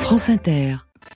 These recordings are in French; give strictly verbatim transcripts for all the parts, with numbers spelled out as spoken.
France Inter.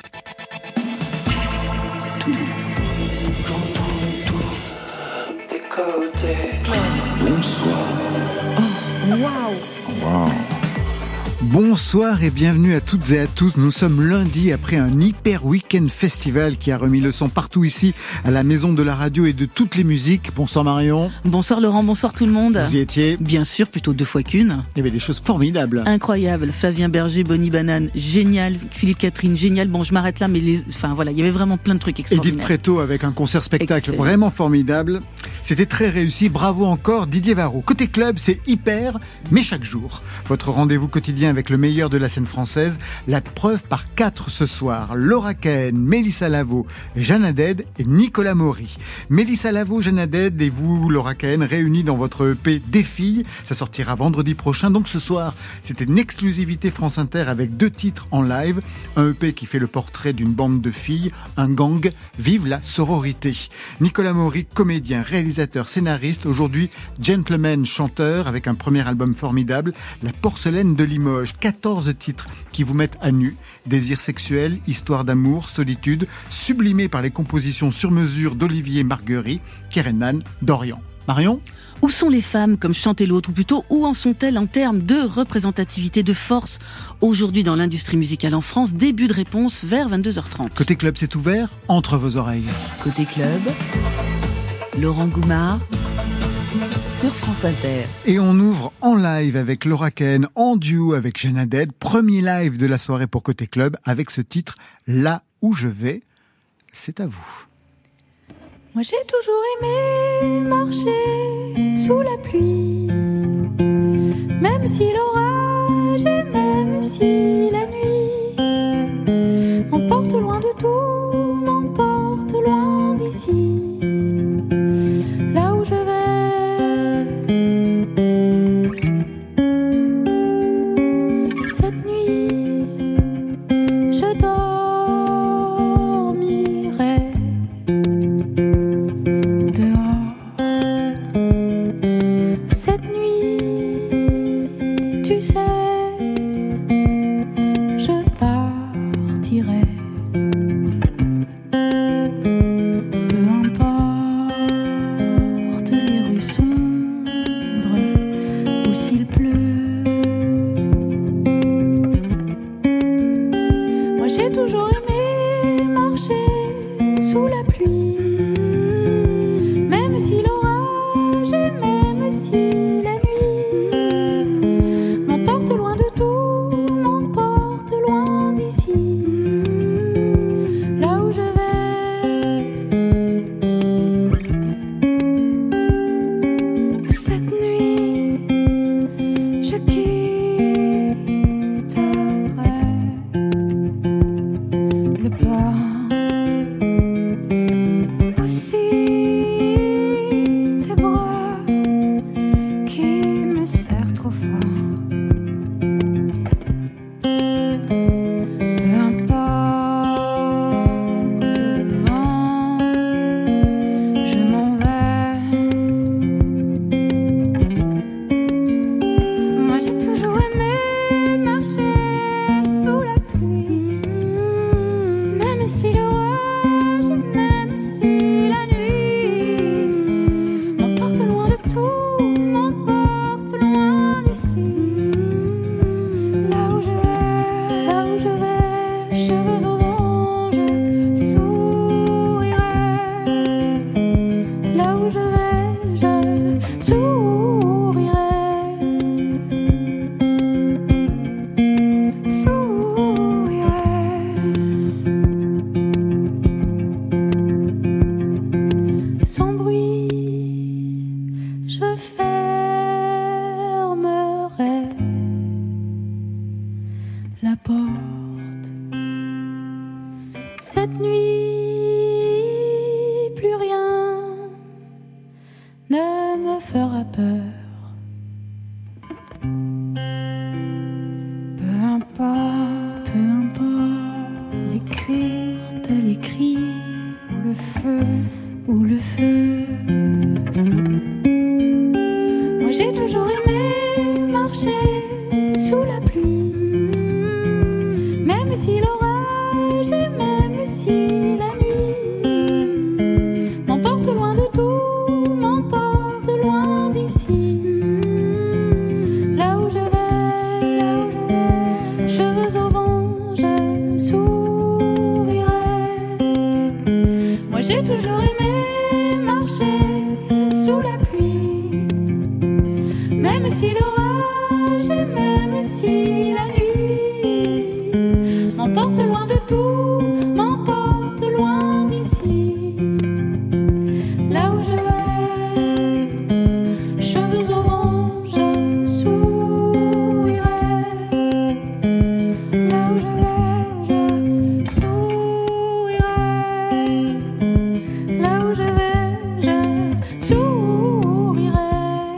Tout, j'entends tout, des côtés. Bonsoir. Oh, waouh. Wow. Bonsoir et bienvenue à toutes et à tous. Nous sommes lundi après un hyper week-end festival qui a remis le son partout ici à la Maison de la Radio et de toutes les musiques. Bonsoir Marion. Bonsoir Laurent, bonsoir tout le monde. Vous y étiez ? Bien sûr, plutôt deux fois qu'une. Il y avait des choses formidables. Incroyable. Flavien Berger, Bonnie Banane, génial. Philippe Catherine, génial. Bon, je m'arrête là, mais les, enfin voilà, il y avait vraiment plein de trucs extraordinaires. Edith Préto avec un concert spectacle Excellent. Vraiment formidable. C'était très réussi. Bravo encore Didier Varro. Côté club, c'est hyper, mais chaque jour. Votre rendez-vous quotidien avec le meilleur de la scène française. La preuve par quatre ce soir. Laura Cahen, Mélissa Lavo, Jeanne Haddad et Nicolas Maury. Mélissa Lavo, Jeanne Haddad et vous, Laura Cahen, réunis dans votre E P Des filles. Ça sortira vendredi prochain. Donc ce soir, c'était une exclusivité France Inter avec deux titres en live. Un E P qui fait le portrait d'une bande de filles, un gang. Vive la sororité. Nicolas Maury, comédien, réalisateur, scénariste. Aujourd'hui, gentleman, chanteur avec un premier album formidable, La porcelaine de Limoges. quatorze titres qui vous mettent à nu. Désir sexuel, histoire d'amour, solitude, sublimés par les compositions sur mesure d'Olivier Marguerite, Kerenan, Dorian. Marion ? Où sont les femmes, comme chantait l'autre, ou plutôt, où en sont-elles en termes de représentativité, de force aujourd'hui dans l'industrie musicale en France? Début de réponse vers vingt-deux heures trente. Côté club, c'est ouvert entre vos oreilles. Côté club, Laurent Goumard sur France Inter. Et on ouvre en live avec Laura Cahen, en duo avec Jeanne Haddad. Premier live de la soirée pour Côté Club avec ce titre « Là où je vais ». C'est à vous. Moi j'ai toujours aimé marcher sous la pluie, même si l'orage et même si la nuit m'emporte loin de tout, m'emporte loin d'ici. Là où je vais, cette nuit, je dormirai dehors. Cette nuit, tu sais, je partirai. Peu importe les rues sombres ou s'il pleut. Moi j'ai toujours aimé marcher sous la pluie, même si l'orage et même si la nuit m'emporte loin de tout, m'emporte loin d'ici. Là où je vais, cette nuit, je quitterai le pas. Aussi tes bras qui me serrent trop fort. Peu importe le vent, je m'en vais. Moi j'ai toujours aimé marcher sous la pluie, même si l'orage et même si la nuit m'emporte loin de tout, m'emporte loin d'ici. Là où je vais, là où je vais, cheveux au vent, je sourirai. Là où je vais, je sourirai. Sourirai. Sans bruit, je fermerai la porte. Cette nuit, plus rien ne me fera peur. Peu importe, peu importe les cris, les cris ou le feu, ou le feu. Moi j'ai toujours aimé marcher sous la pluie, même si l'orage l'orage et même si la nuit m'emporte loin de tout, m'emporte loin d'ici. Là où je vais, là où je vais, cheveux au vent, je sourirai. Moi j'ai toujours aimé marcher sous la pluie, même si l'orage et même si la nuit m'emporte loin de tout, m'emporte loin d'ici. Là où je vais, cheveux au vent, je sourirai. Là où je vais, je sourirai. Là où je vais, je sourirai.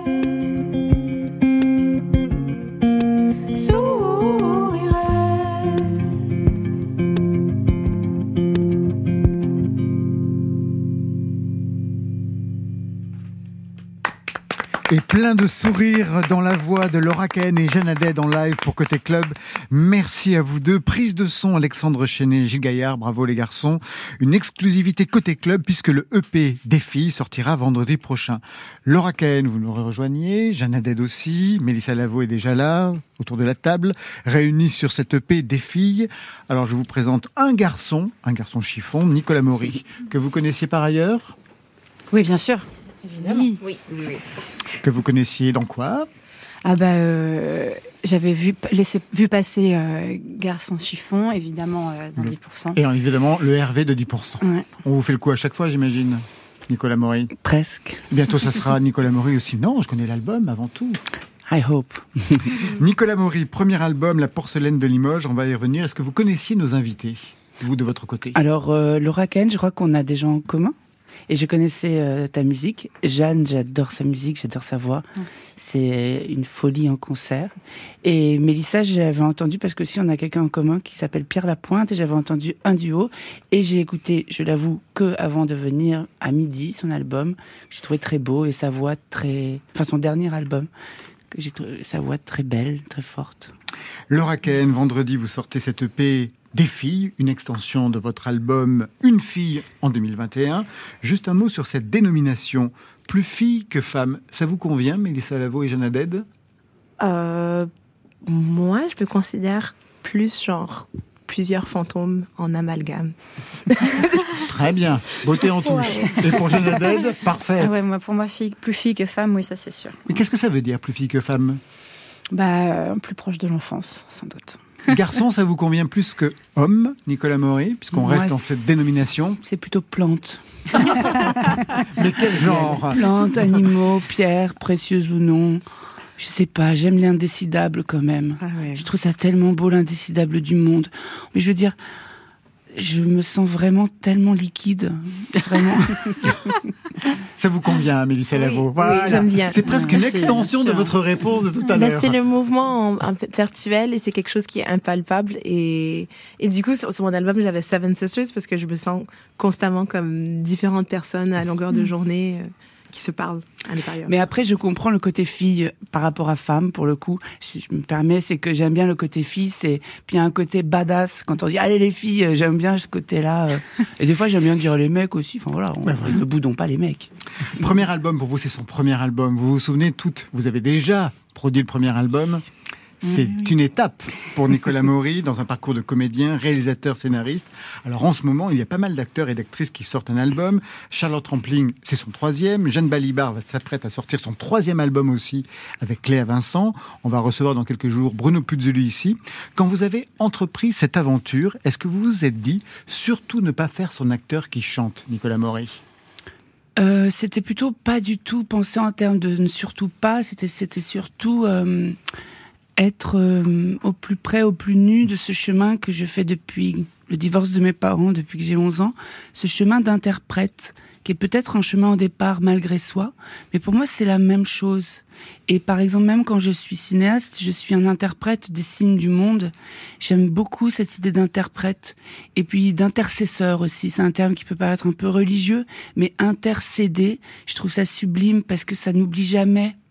Sourirai. Et plein de sourires dans la voix de Laura Kahn et Jeanne Haddad en live pour Côté Club. Merci à vous deux. Prise de son, Alexandre Chenet, Gilles Gaillard, bravo les garçons. Une exclusivité Côté Club puisque le E P des filles sortira vendredi prochain. Laura Kahn, vous nous rejoignez, Jeanne Haddad aussi, Mélissa Lavo est déjà là, autour de la table, réunis sur cet E P des filles. Alors je vous présente un garçon, un garçon chiffon, Nicolas Maury, que vous connaissiez par ailleurs, Oui, bien sûr. Évidemment. Oui, oui, oui. que vous connaissiez dans quoi ? Ah bah, euh, j'avais vu, laissé, vu passer euh, Garçon Chiffon, évidemment, euh, dans Le- dix pour cent. Et évidemment, le R V de dix pour cent. Ouais. On vous fait le coup à chaque fois, j'imagine, Nicolas Maury. Presque. Bientôt, ça sera Nicolas Maury aussi. Non, je connais l'album avant tout. I hope. Nicolas Maury, premier album, La Porcelaine de Limoges. On va y revenir. Est-ce que vous connaissiez nos invités, vous de votre côté ? Alors, euh, Laura Kahn, je crois qu'on a des gens en commun. Et je connaissais euh, ta musique. Jeanne, j'adore sa musique, j'adore sa voix. Merci. C'est une folie en concert. Et Mélissa, j'avais entendu, parce que si on a quelqu'un en commun qui s'appelle Pierre Lapointe, et j'avais entendu un duo. Et j'ai écouté, je l'avoue, que avant de venir à midi, son album. J'ai trouvé très beau et sa voix très... Enfin, son dernier album. Que j'ai trouvé sa voix très belle, très forte. Laura Kahn, vendredi, vous sortez cette E P Des filles, une extension de votre album Une fille en deux mille vingt et un. Juste un mot sur cette dénomination, plus fille que femme. Ça vous convient, Mélissa Lavo et Jeanne Haddad ? Euh, moi, je me considère plus genre plusieurs fantômes en amalgame. Très bien, beauté en touche. Et pour Jeanne Haddad, parfait. Ah ouais, moi, pour moi, fille, plus fille que femme, oui, ça c'est sûr. Mais qu'est-ce que ça veut dire, plus fille que femme ? Bah, euh, plus proche de l'enfance, sans doute. Garçon, ça vous convient plus que homme, Nicolas Maury, puisqu'on Moi, reste dans cette c'est- dénomination. C'est plutôt plante. Mais quel genre ? Plantes, animaux, pierres, précieuses ou non. Je sais pas, j'aime l'indécidable quand même. Ah ouais. Je trouve ça tellement beau, l'indécidable du monde. Mais je veux dire, je me sens vraiment tellement liquide. Vraiment. Ça vous convient, Mélissa Lavo ? Voilà. oui, j'aime bien. C'est presque une Merci, extension bien de sûr. votre réponse de tout à Ben, l'heure. c'est le mouvement en, en fait virtuel et c'est quelque chose qui est impalpable. Et, et du coup, sur, sur mon album, j'avais Seven Sisters parce que je me sens constamment comme différentes personnes à longueur de journée euh, qui se parlent à l'intérieur. Mais après, je comprends le côté fille par rapport à femme, pour le coup. Si je me permets, c'est que j'aime bien le côté fille. C'est... Puis il y a un côté badass. Quand on dit « Allez les filles », j'aime bien ce côté-là. euh. Et des fois, j'aime bien dire les mecs aussi. Enfin voilà, on... Ben voilà. ne boudons pas les mecs. Premier album, pour vous, c'est son premier album. Vous vous souvenez toutes, vous avez déjà produit le premier album. C'est une étape pour Nicolas Maury dans un parcours de comédien, réalisateur, scénariste. Alors en ce moment, il y a pas mal d'acteurs et d'actrices qui sortent un album. Charlotte Rampling, c'est son troisième. Jeanne Balibar va s'apprête à sortir son troisième album aussi avec Cléa Vincent. On va recevoir dans quelques jours Bruno Puzzoli ici. Quand vous avez entrepris cette aventure, est-ce que vous vous êtes dit surtout ne pas faire son acteur qui chante, Nicolas Maury ? Euh, c'était plutôt pas du tout pensé en termes de ne surtout pas. C'était, c'était surtout euh, être euh, au plus près, au plus nu de ce chemin que je fais depuis le divorce de mes parents, depuis que j'ai onze ans. Ce chemin d'interprète, qui est peut-être un chemin au départ malgré soi, mais pour moi c'est la même chose. Et par exemple, même quand je suis cinéaste, je suis un interprète des signes du monde. J'aime beaucoup cette idée d'interprète. Et puis d'intercesseur aussi, c'est un terme qui peut paraître un peu religieux, mais intercéder, je trouve ça sublime parce que ça n'oublie jamais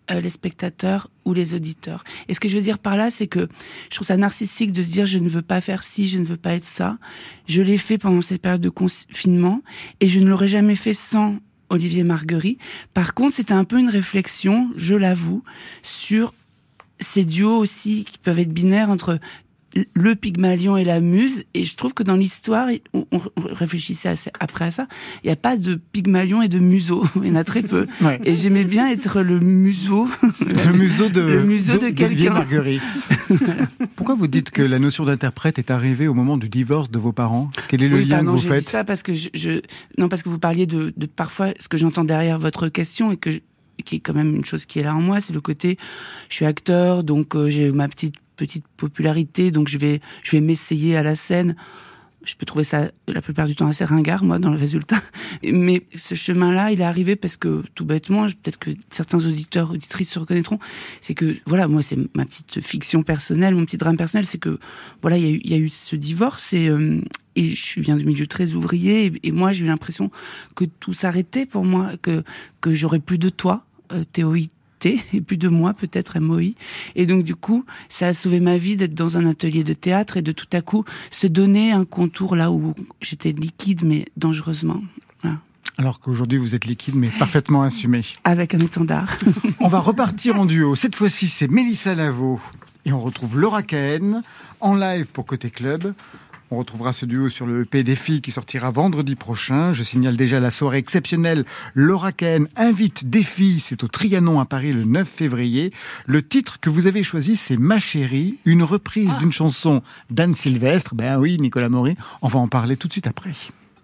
euh, les spectateurs ou les auditeurs. Et ce que je veux dire par là, c'est que je trouve ça narcissique de se dire je ne veux pas faire ci, je ne veux pas être ça. Je l'ai fait pendant cette période de confinement et je ne l'aurais jamais fait sans Olivier Marguerie. Par contre, c'était un peu une réflexion, je l'avoue, sur ces duos aussi qui peuvent être binaires entre le Pygmalion et la Muse, et je trouve que dans l'histoire, on, on réfléchissait à, après à ça, il n'y a pas de Pygmalion et de museau, il y en a très peu. Ouais. Et j'aimais bien être le museau, le museau de, le museau de, de quelqu'un. Marguerite. Voilà. Pourquoi vous dites que la notion d'interprète est arrivée au moment du divorce de vos parents ? Quel est le oui, lien pardon, que vous j'ai faites ? dit ça parce que je, je, non, parce que vous parliez de, de parfois ce que j'entends derrière votre question et que je, qui est quand même une chose qui est là en moi, c'est le côté, je suis acteur, donc euh, j'ai ma petite petite popularité, donc je vais je vais m'essayer à la scène. Je peux trouver ça la plupart du temps assez ringard, moi, dans le résultat. Mais ce chemin-là, il est arrivé parce que, tout bêtement, peut-être que certains auditeurs, auditrices se reconnaîtront, c'est que, voilà, moi, c'est ma petite fiction personnelle, mon petit drame personnel, c'est que, voilà, il y a eu, il y a eu ce divorce et, euh, et je viens de milieu très ouvrier et, et moi, j'ai eu l'impression que tout s'arrêtait pour moi, que, que j'aurais plus de toi, euh, Théoïde, et plus de moi, peut-être M O I. Et donc, du coup, ça a sauvé ma vie d'être dans un atelier de théâtre et de tout à coup se donner un contour là où j'étais liquide, mais dangereusement. Voilà. Alors qu'aujourd'hui, vous êtes liquide, mais parfaitement assumé. Avec un étendard. On va repartir en duo. Cette fois-ci, c'est Mélissa Lavo. Et on retrouve Laura Kahn en live pour Côté Club. On retrouvera ce duo sur le E P des filles qui sortira vendredi prochain. Je signale déjà la soirée exceptionnelle. Laura Kahn invite des filles. C'est au Trianon à Paris le neuf février. Le titre que vous avez choisi, c'est Ma chérie, une reprise ah. d'une chanson d'Anne Sylvestre. Ben oui, Nicolas Maury. On va en parler tout de suite après.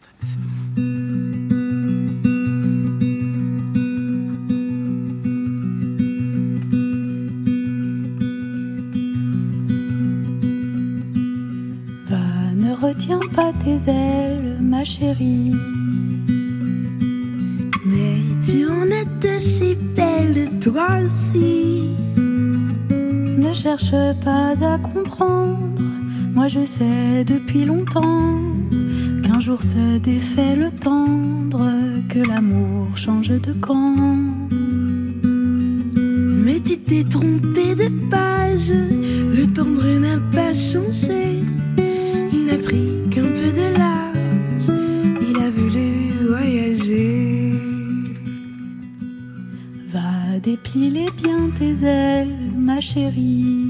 Retiens pas tes ailes, ma chérie. Mais tu en es de si belle, toi aussi. Ne cherche pas à comprendre. Moi je sais depuis longtemps qu'un jour se défait le tendre, que l'amour change de camp. Mais tu t'es trompé de page, le tendre n'a pas changé. Il n'a pris qu'un peu de l'âge, il a voulu voyager. Va déplier bien tes ailes, ma chérie.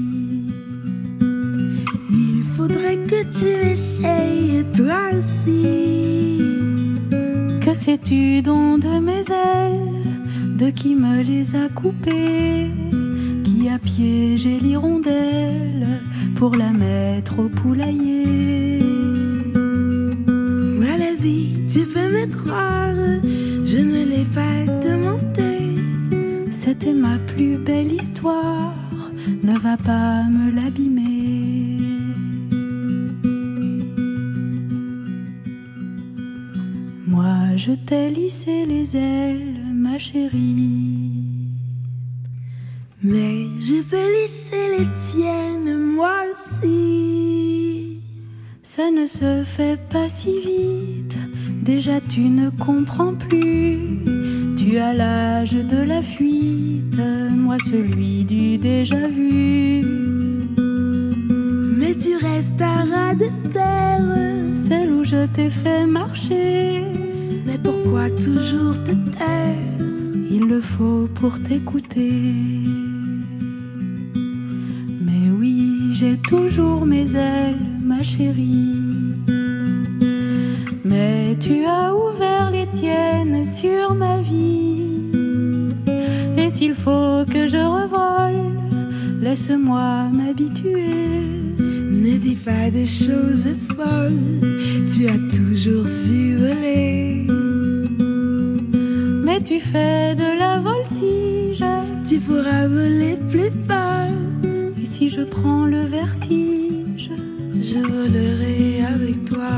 Il faudrait que tu essayes toi aussi. Que sais-tu donc de mes ailes, de qui me les a coupées, qui a piégé l'hirondelle pour la mettre au poulailler. Moi la vie, tu peux me croire, je ne l'ai pas demandé. C'était ma plus belle histoire, ne va pas me l'abîmer. Moi je t'ai lissé les ailes, ma chérie. Mais je peux lisser les tiennes, moi aussi. Ça ne se fait pas si vite, déjà tu ne comprends plus. Tu as l'âge de la fuite, moi celui du déjà vu. Mais tu restes un ras de terre, celle où je t'ai fait marcher. Mais pourquoi toujours te taire? Il le faut pour t'écouter. Mais oui, j'ai toujours mes ailes, ma chérie. Mais tu as ouvert les tiennes sur ma vie. Et s'il faut que je revole, laisse-moi m'habituer. Ne dis pas de choses folles, tu as toujours su voler. Mais tu fais de la voltige, tu pourras voler plus bas. Et si je prends le vertige, je volerai avec toi.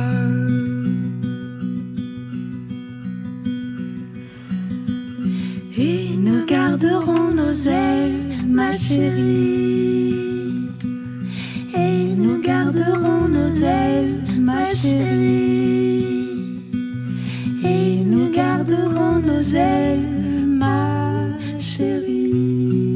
Et nous garderons nos ailes, ma chérie. Et nous garderons nos ailes, ma chérie. Et nous garderons nos ailes, ma chérie.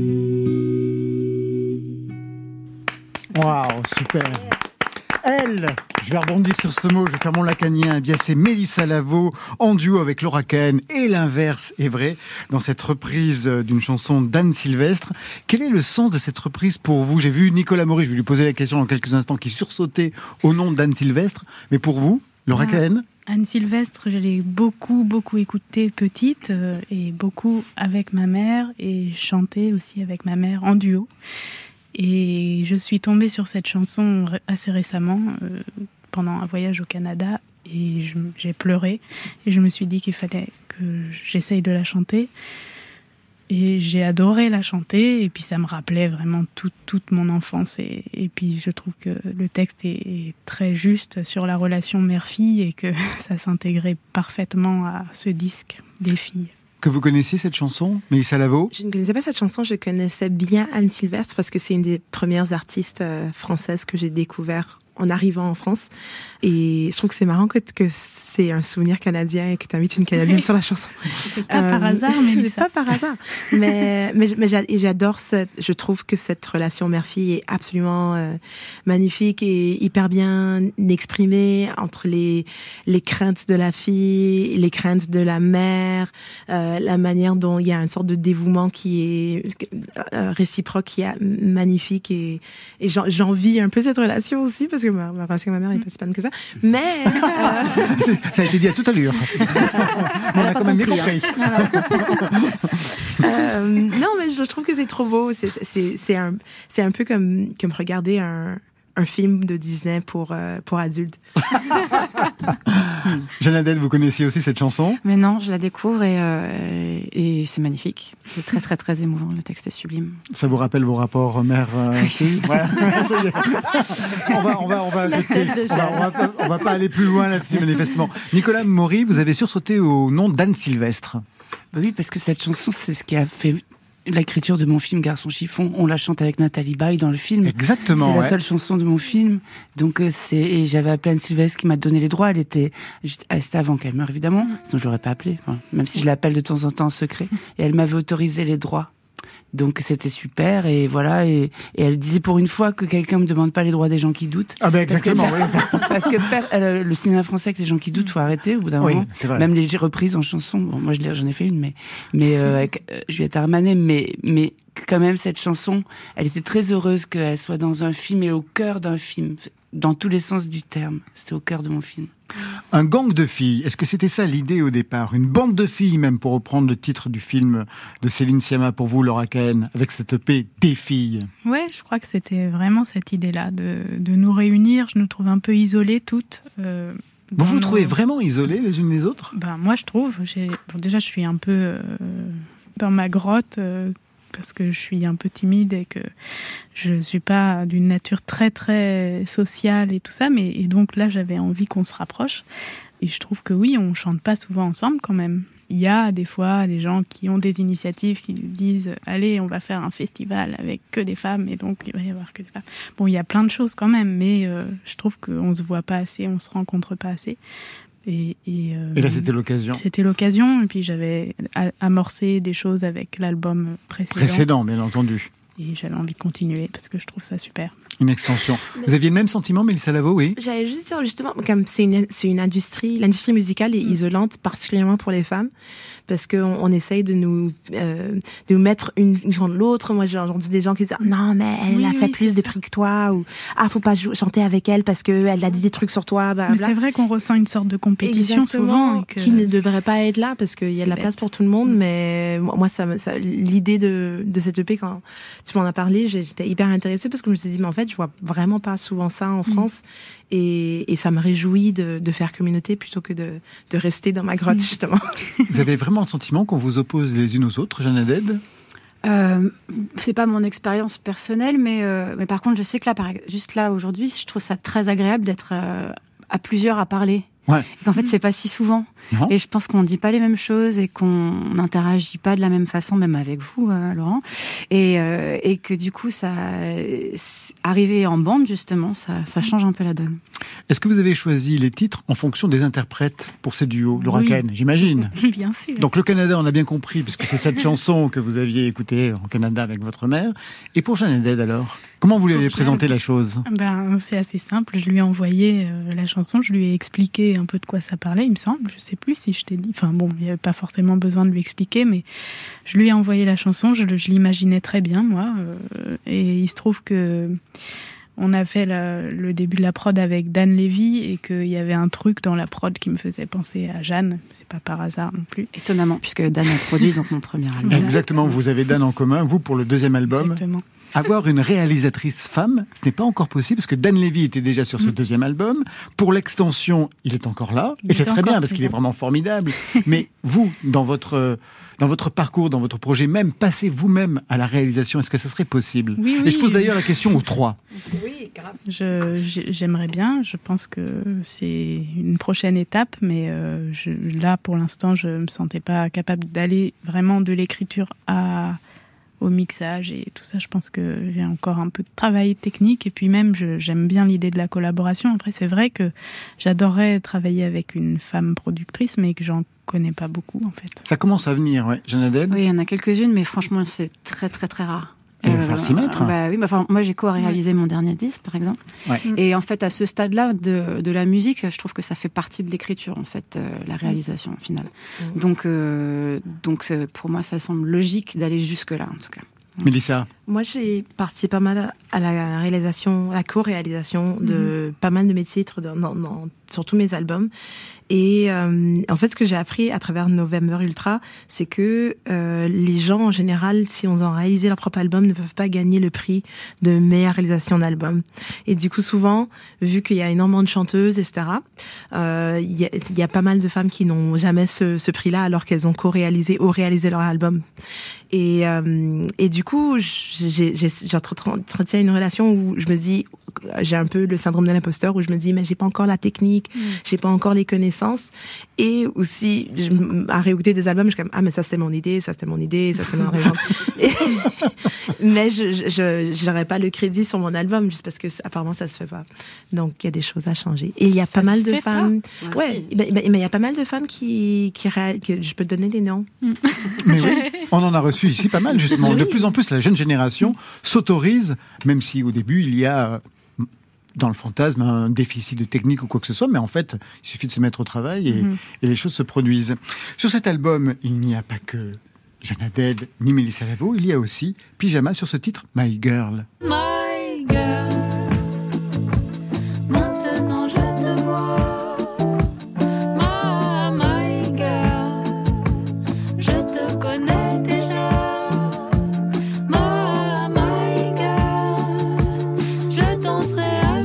rebondir sur ce mot, je vais faire mon lacanien. Eh bien, c'est Mélissa Lavo en duo avec Laura Kahn, et l'inverse est vrai dans cette reprise d'une chanson d'Anne Sylvestre. Quel est le sens de cette reprise pour vous? J'ai vu Nicolas Maury, je vais lui poser la question dans quelques instants, qui sursautait au nom d'Anne Sylvestre. Mais pour vous, Laura ah. Kahn? Anne Sylvestre, je l'ai beaucoup, beaucoup écoutée petite euh, et beaucoup avec ma mère et chanté aussi avec ma mère en duo. Et je suis tombée sur cette chanson assez récemment euh, pendant un voyage au Canada et je, j'ai pleuré et je me suis dit qu'il fallait que j'essaye de la chanter. Et j'ai adoré la chanter, et puis ça me rappelait vraiment tout, toute mon enfance. Et, et puis je trouve que le texte est, est très juste sur la relation mère-fille et que ça s'intégrait parfaitement à ce disque des filles. Que vous connaissiez cette chanson, Mélissa Lavo? Je ne connaissais pas cette chanson, je connaissais bien Anne Sylvestre parce que c'est une des premières artistes euh, françaises que j'ai découvert en arrivant en France. Et je trouve que c'est marrant que, que c'est un souvenir canadien et que tu invites une Canadienne sur la chanson. C'est pas euh, par hasard, mais c'est pas par hasard. Mais, mais, mais j'adore cette, je trouve que cette relation mère-fille est absolument euh, magnifique et hyper bien exprimée entre les, les craintes de la fille, les craintes de la mère, euh, la manière dont il y a une sorte de dévouement qui est euh, réciproque, qui est magnifique. Et, et j'envie un peu cette relation aussi parce que ma, ma relation avec ma mère est pas si bonne que ça. Mais euh... ça a été dit à toute allure. On a quand même bien compris. euh, non, mais je trouve que c'est trop beau. C'est, c'est, c'est, un, c'est un peu comme, comme regarder un, un film de Disney pour, euh, pour adultes. Jeannadette, vous connaissiez aussi cette chanson? Mais non, je la découvre et, euh, et c'est magnifique. C'est très, très, très émouvant. Le texte est sublime. Ça vous rappelle vos rapports mère-fille? euh, voilà. on va, on va, on va jeter. On va, on, va, on va pas aller plus loin là-dessus, manifestement. Nicolas Maury, vous avez sursauté au nom d'Anne Sylvestre. Bah oui, parce que cette chanson, c'est ce qui a fait l'écriture de mon film Garçon chiffon. On la chante avec Nathalie Baye dans le film. Exactement. C'est la ouais. seule chanson de mon film. Donc euh, c'est et j'avais appelé Anne Sylvestre qui m'a donné les droits. Elle était c'était avant qu'elle meure évidemment. Mmh. Sinon j'aurais pas appelé. Enfin, même si je l'appelle de temps en temps en secret. Et elle m'avait autorisé les droits. Donc c'était super et voilà et, et elle disait pour une fois que quelqu'un me demande pas les droits des gens qui doutent. Ah ben exactement. Parce que, oui. parce que per, euh, le cinéma français avec les gens qui doutent faut arrêter au bout d'un oui, moment. C'est vrai. Même les reprises en chanson. Bon, moi je l'ai, j'en ai fait une mais mais euh, avec euh, Juliette Armanet mais mais quand même cette chanson elle était très heureuse qu'elle soit dans un film et au cœur d'un film dans tous les sens du terme. C'était au cœur de mon film. Un gang de filles, est-ce que c'était ça l'idée au départ? Une bande de filles même, pour reprendre le titre du film de Céline Sciamma pour vous, Laura Kahn, avec cette E P Des filles. Ouais, je crois que c'était vraiment cette idée-là, de, de nous réunir. Je nous trouve un peu isolées toutes. Euh, vous vous nos... trouvez vraiment isolées les unes les autres? Ben, moi je trouve, j'ai... Bon, déjà je suis un peu euh, dans ma grotte, euh, parce que je suis un peu timide et que je ne suis pas d'une nature très très sociale et tout ça, mais et donc là j'avais envie qu'on se rapproche et je trouve que oui, on chante pas souvent ensemble quand même. Il y a des fois des gens qui ont des initiatives qui disent allez on va faire un festival avec que des femmes et donc il va y avoir que des femmes. Bon, il y a plein de choses quand même, mais euh, je trouve qu'on se voit pas assez, on se rencontre pas assez. Et, et, euh, et là, c'était l'occasion. C'était l'occasion. Et puis, j'avais amorcé des choses avec l'album précédent. Précédent, bien entendu. Et j'avais envie de continuer parce que je trouve ça super. Une extension. Vous aviez le même sentiment, Mélissa Lavo, oui? J'allais juste dire, justement, comme c'est une, c'est une industrie, l'industrie musicale est isolante, particulièrement pour les femmes, parce qu'on on essaye de nous, euh, de nous mettre une, une contre l'autre. Moi, j'ai entendu des gens qui disent « Non, mais elle oui, a oui, fait plus de prix que toi » ou « Ah, faut pas jou- chanter avec elle parce qu'elle a dit des trucs sur toi. » Mais c'est vrai qu'on ressent une sorte de compétition Exactement, souvent. Et que... qui ne devrait pas être là parce qu'il y a de la bête. place pour tout le monde. Mm. Mais moi, ça, ça, l'idée de, de cette E P, quand tu m'en as parlé, j'étais hyper intéressée parce que je me suis dit « Mais en fait, je vois vraiment pas souvent ça en France. Mm. » Et, et ça me réjouit de, de faire communauté plutôt que de, de rester dans ma grotte, justement. Vous avez vraiment le sentiment qu'on vous oppose les unes aux autres, Jeannadette? Euh, c'est pas mon expérience personnelle, mais, euh, mais par contre, je sais que là, par, juste là, aujourd'hui, je trouve ça très agréable d'être euh, à plusieurs à parler. Ouais. En fait, c'est pas si souvent. Non. Et je pense qu'on ne dit pas les mêmes choses et qu'on n'interagit pas de la même façon, même avec vous, euh, Laurent. Et, euh, et que du coup, ça, arriver en bande, justement, ça, ça change un peu la donne. Est-ce que vous avez choisi les titres en fonction des interprètes pour ces duos, Laura Oui. Kahn, j'imagine? Bien sûr. Donc le Canada, on a bien compris, puisque c'est cette chanson que vous aviez écoutée en Canada avec votre mère. Et pour Jeanne Haddad, alors, comment vous lui avez présenté la chose? Ben, c'est assez simple. Je lui ai envoyé euh, la chanson, je lui ai expliqué un peu de quoi ça parlait, il me semble. Je sais plus si je t'ai dit. Enfin bon, il n'y avait pas forcément besoin de lui expliquer, mais je lui ai envoyé la chanson. Je, je l'imaginais très bien, moi. Euh, et il se trouve que on a fait la, le début de la prod avec Dan Levy et qu'il y avait un truc dans la prod qui me faisait penser à Jeanne. C'est pas par hasard non plus. Étonnamment, puisque Dan a produit donc mon premier album. Exactement, vous avez Dan en commun, vous pour le deuxième album. Exactement. Avoir une réalisatrice femme, ce n'est pas encore possible, parce que Dan Levy était déjà sur ce mmh. deuxième album. Pour l'extension, il est encore là. Il et c'est très bien, parce qu'il est vraiment formidable. Mais vous, dans votre, dans votre parcours, dans votre projet, même passer vous-même à la réalisation, est-ce que ça serait possible? Oui, oui. Et je pose d'ailleurs la question aux trois. Oui, grave. Je, j'aimerais bien. Je pense que c'est une prochaine étape, mais euh, je, là, pour l'instant, je ne me sentais pas capable d'aller vraiment de l'écriture à... au mixage et tout ça. Je pense que j'ai encore un peu de travail technique et puis même je, j'aime bien l'idée de la collaboration. Après, c'est vrai que j'adorerais travailler avec une femme productrice, mais que j'en connais pas beaucoup en fait. Ça commence à venir, ouais. Jeanne Haddad? Oui, il y en a quelques-unes, mais franchement, c'est très très très rare. Il va falloir s'y mettre. Bah, oui, bah, enfin, moi j'ai co-réalisé ouais. mon dernier disque, par exemple. Ouais. Et en fait, à ce stade-là de, de la musique, je trouve que ça fait partie de l'écriture, en fait, euh, la réalisation, au final. Mmh. Donc, euh, donc, pour moi, ça semble logique d'aller jusque-là, en tout cas. Mélissa? Moi, j'ai participé pas mal à la réalisation, à la co-réalisation de mmh. pas mal de mes titres dans, dans, dans, sur tous mes albums. Et euh, en fait, ce que j'ai appris à travers November Ultra, c'est que euh, les gens, en général, si on a réalisé leur propre album, ne peuvent pas gagner le prix de meilleure réalisation d'album. Et du coup, souvent, vu qu'il y a énormément de chanteuses, et cetera, euh, il y a, il y a pas mal de femmes qui n'ont jamais ce, ce prix-là alors qu'elles ont co-réalisé ou réalisé leur album. Et, euh, et du coup, j'ai, j'ai, j'entretiens une relation où je me dis, j'ai un peu le syndrome de l'imposteur où je me dis, mais j'ai pas encore la technique, mmh. j'ai pas encore les connaissances. Et aussi, je, à réécouter des albums, je suis comme, ah, mais ça c'était mon idée, ça c'était mon idée, ça c'était mon rêve. Mais je, je, j'aurais pas le crédit sur mon album juste parce que apparemment ça se fait pas. Donc il y a des choses à changer. Et il y a ça pas mal de femmes. Pas. Ouais, ah, si. mais il y a pas mal de femmes qui, qui, qui je peux te donner des noms. Mais oui, on en a reçu ici pas mal justement. Oui. De plus en plus, la jeune génération s'autorise, même si au début il y a dans le fantasme un déficit de technique ou quoi que ce soit, mais en fait, il suffit de se mettre au travail et, mmh. et les choses se produisent. Sur cet album, il n'y a pas que Jeanne Haddad ni Mélissa Lavo, il y a aussi Pyjama sur ce titre, My Girl. My girl, maintenant je te vois. My, my girl, je te connais déjà. My, my girl, je danserai.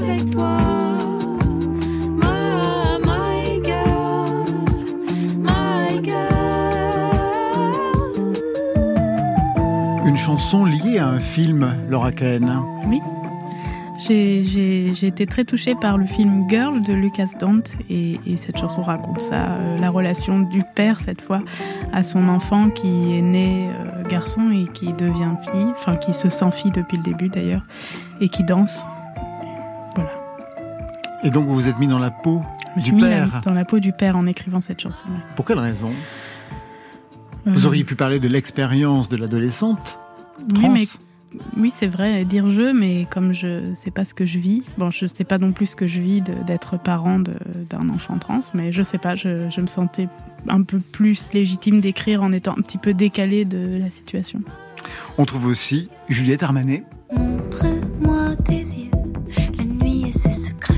Une chanson liée à un film, Laura Kahn. Oui. J'ai, j'ai, j'ai été très touchée par le film Girl de Lucas Dont et, et cette chanson raconte ça, euh, la relation du père cette fois à son enfant qui est né euh, garçon et qui devient fille, enfin qui se sent fille depuis le début d'ailleurs et qui danse. Voilà. Et donc vous vous êtes mis dans la peau Je me du suis père. Mis dans la peau du père en écrivant cette chanson. Pour quelle raison ? euh... Vous auriez pu parler de l'expérience de l'adolescente trans. Oui, mais oui, c'est vrai, dire je, mais comme je sais pas ce que je vis, bon, je sais pas non plus ce que je vis de, d'être parent de, d'un enfant trans, mais je sais pas, je, je me sentais un peu plus légitime d'écrire en étant un petit peu décalée de la situation. On trouve aussi Juliette Armanet. Montre-moi tes yeux, la nuit et ses secrets.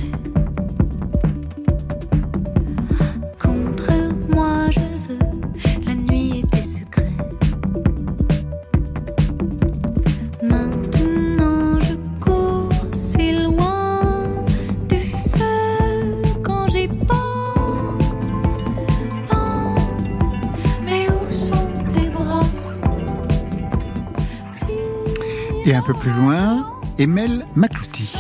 Contre moi je veux la nuit et tes secrets. Maintenant je cours si loin du feu quand j'y pense, pense, mais où sont tes bras? Si Et un peu plus loin, Emel Maklouti.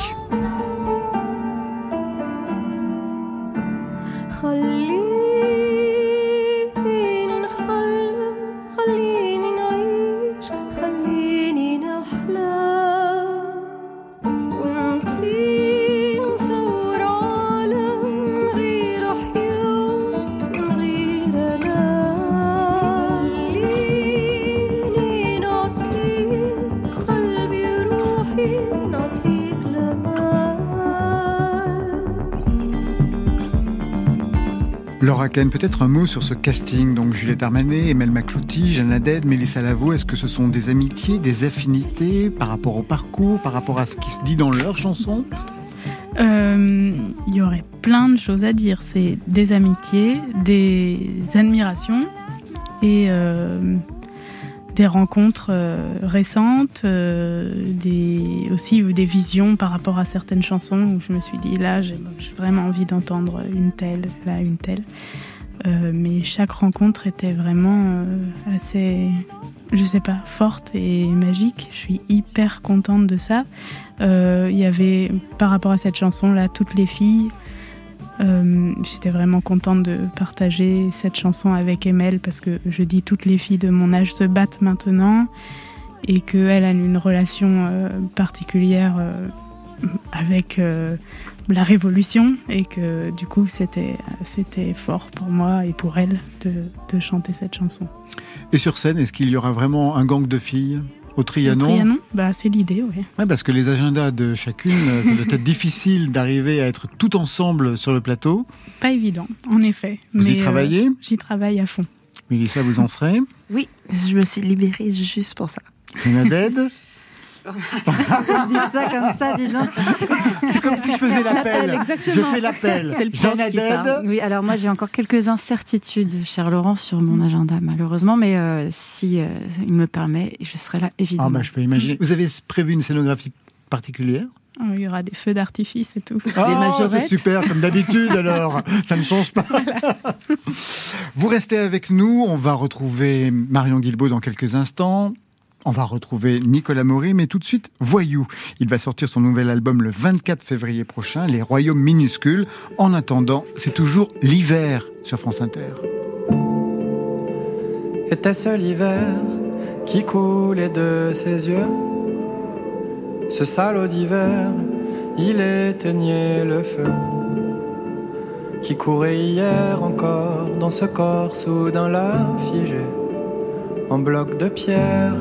Laura Kahn, peut-être un mot sur ce casting. Donc Juliette Armanet, Emelle Maclouty, Jeanne Haddad, Mélissa Lavo. Est-ce que ce sont des amitiés, des affinités par rapport au parcours, par rapport à ce qui se dit dans leurs chansons ? Euh, il y aurait plein de choses à dire. C'est des amitiés, des admirations et euh, des rencontres euh, récentes, euh, des, aussi des visions par rapport à certaines chansons où je me suis dit là j'ai, j'ai vraiment envie d'entendre une telle, là une telle. Euh, mais chaque rencontre était vraiment euh, assez, je sais pas, forte et magique. Je suis hyper contente de ça. Euh, il y avait, par rapport à cette chanson-là, toutes les filles. Euh, j'étais vraiment contente de partager cette chanson avec Emelle parce que je dis toutes les filles de mon âge se battent maintenant et qu'elle a une relation euh, particulière euh, avec euh, la Révolution et que du coup c'était, c'était fort pour moi et pour elle de, de chanter cette chanson. Et sur scène, est-ce qu'il y aura vraiment un gang de filles ? Au Trianon. Au Trianon, bah, c'est l'idée, oui. Ouais, parce que les agendas de chacune, ça doit être difficile d'arriver à être tout ensemble sur le plateau. Pas évident, en effet. Vous mais, y travaillez ? euh, J'y travaille à fond. Mélissa, vous en serez ? Oui, je me suis libérée juste pour ça. Jeanne Haddad ? Je dis ça comme ça, dis donc. C'est comme si je faisais l'appel. l'appel je fais l'appel. C'est le prof qui parle. Oui, alors moi j'ai encore quelques incertitudes, cher Laurent, sur mon agenda, malheureusement, mais euh, si euh, il me permet, je serai là évidemment. Ah bah je peux imaginer. Vous avez prévu une scénographie particulière ? Il y aura des feux d'artifice et tout. Oh, c'est super, comme d'habitude alors. Ça ne change pas. Voilà. Vous restez avec nous. On va retrouver Marion Guilbault dans quelques instants. On va retrouver Nicolas Maury, mais tout de suite, Voyou. Il va sortir son nouvel album le vingt-quatre février prochain, Les Royaumes Minuscules. En attendant, c'est toujours l'hiver sur France Inter. Était-ce l'hiver qui coulait de ses yeux ? Ce salaud d'hiver, il éteignait le feu qui courait hier encore dans ce corps soudain là figé en bloc de pierre.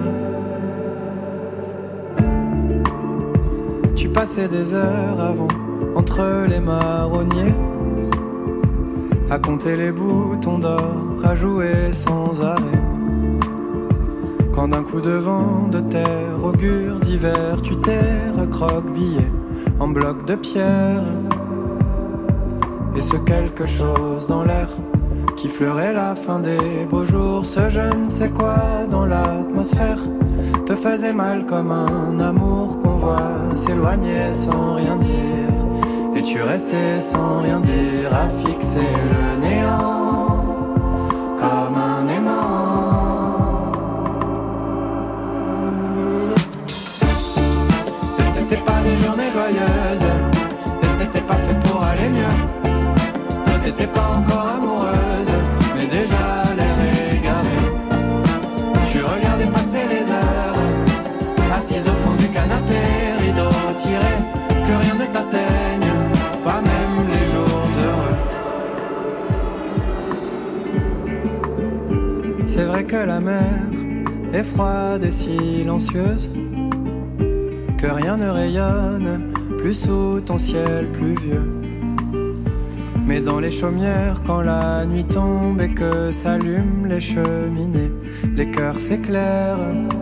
Tu passais des heures avant entre les marronniers à compter les boutons d'or, à jouer sans arrêt. Quand d'un coup de vent de terre augure d'hiver, tu t'es recroquevillé en bloc de pierre. Et ce quelque chose dans l'air qui fleurait la fin des beaux jours, ce je ne sais quoi dans l'atmosphère te faisait mal comme un amour qu'on voit s'éloigner sans rien dire. Et tu restais sans rien dire à fixer le néant comme un aimant. Et c'était pas des journées joyeuses, et c'était pas fait pour aller mieux. Toi t'étais pas encore amoureuse, mais déjà l'air égaré. Tu regardais passer les heures, assise au fond du canapé, rideau tiré, que rien ne t'atteigne, pas même les jours heureux. C'est vrai que la mer est froide et silencieuse, que rien ne rayonne plus sous ton ciel pluvieux. Mais dans les chaumières, quand la nuit tombe et que s'allument les cheminées, les cœurs s'éclairent.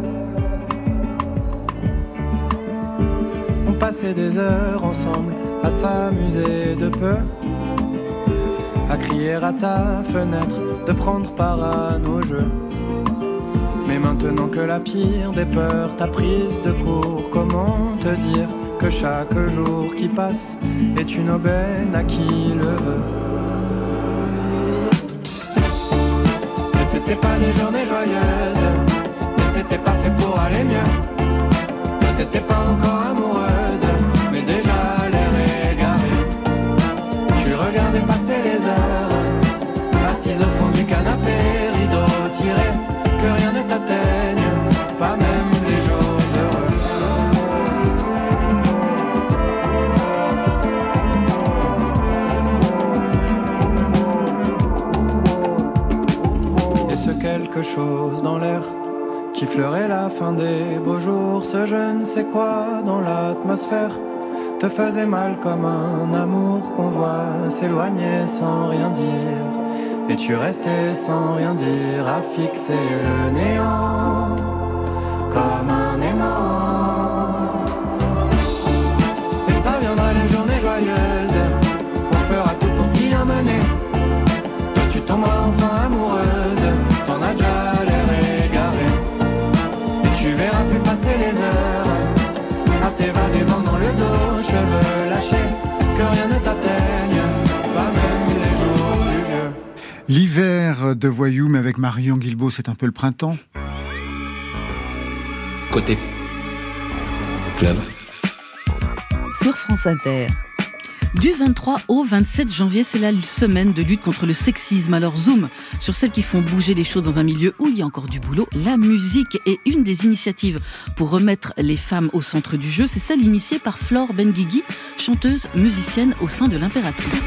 On passait des heures ensemble à s'amuser de peu, à crier à ta fenêtre, de prendre part à nos jeux. Mais maintenant que la pire des peurs t'a prise de court, comment te dire que chaque jour qui passe est une aubaine à qui le veut. Et c'était pas des journées joyeuses, mais c'était pas fait pour aller mieux. Toi t'étais pas encore amoureuse, mais déjà l'air égaré. Tu regardais passer les heures, assise au fond du canapé, rideau tiré, que rien ne t'atteigne, pas même les jours heureux. Et ce quelque chose dans l'air qui fleurait la fin des beaux jours, ce je ne sais quoi dans l'atmosphère te faisait mal comme un amour qu'on voit s'éloigner sans rien dire. Et tu restais sans rien dire à fixer le néant comme un aimant. Et ça viendra les journées joyeuses, on fera tout pour t'y amener. Toi tu tomberas enfin amoureuse, t'en as déjà l'air égaré. Et tu verras plus passer les heures à t'évader vent dans le dos, cheveux lâchés, que rien ne t'atteigne, pas même les jours plus vieux. L'hiver de Voyou, mais avec Marion Guilbault, c'est un peu le printemps. Côté club. Sur France Inter. Du vingt-trois au vingt-sept janvier, c'est la semaine de lutte contre le sexisme. Alors zoom sur celles qui font bouger les choses dans un milieu où il y a encore du boulot. La musique est une des initiatives pour remettre les femmes au centre du jeu. C'est celle initiée par Flore Benguigui, chanteuse musicienne au sein de l'Impératrice.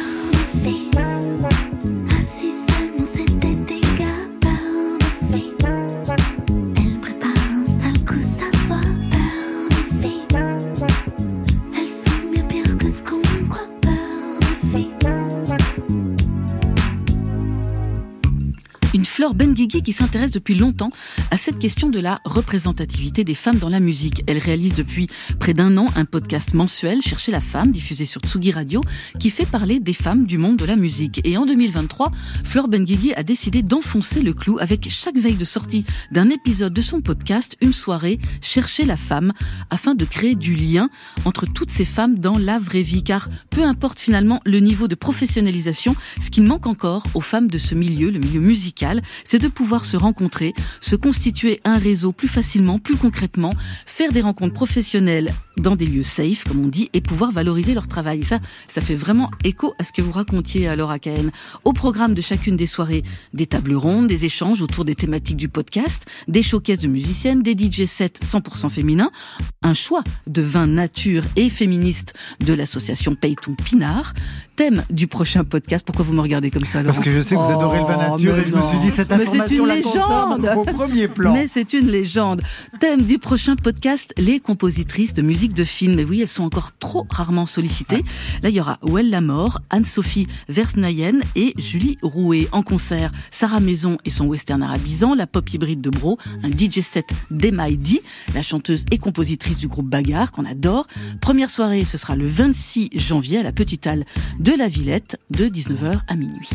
Flore Benguigui qui s'intéresse depuis longtemps à cette question de la représentativité des femmes dans la musique. Elle réalise depuis près d'un an un podcast mensuel, Chercher la femme, diffusé sur Tsugi Radio, qui fait parler des femmes du monde de la musique. Et en deux mille vingt-trois, Flore Benguigui a décidé d'enfoncer le clou avec chaque veille de sortie d'un épisode de son podcast, une soirée Chercher la femme, afin de créer du lien entre toutes ces femmes dans la vraie vie. Car peu importe finalement le niveau de professionnalisation, ce qu'il manque encore aux femmes de ce milieu, le milieu musical, c'est de pouvoir se rencontrer, se constituer un réseau plus facilement, plus concrètement, faire des rencontres professionnelles dans des lieux safe, comme on dit, et pouvoir valoriser leur travail. Et ça, ça fait vraiment écho à ce que vous racontiez à Laura Cahen. Au programme de chacune des soirées, des tables rondes, des échanges autour des thématiques du podcast, des showcases de musiciennes, des D J sets cent pour cent féminins, un choix de vin nature et féministe de l'association Payton Pinard. Thème du prochain podcast. Pourquoi vous me regardez comme ça, Laurent ? Parce que je sais que vous adorez le vin nature, et je me suis dit, cette information la concerne au premier plan. Mais c'est une légende. Thème du prochain podcast, les compositrices de musique de film. Et oui, elles sont encore trop rarement sollicitées. Là, il y aura Well Lamore, Anne-Sophie Versnayen et Julie Rouet. En concert, Sarah Maison et son western arabisant, la pop hybride de Bro, un D J set d'Emma Eddy, la chanteuse et compositrice du groupe Bagarre, qu'on adore. Première soirée, ce sera le vingt-six janvier à la Petite Halle de la Villette, de dix-neuf heures à minuit.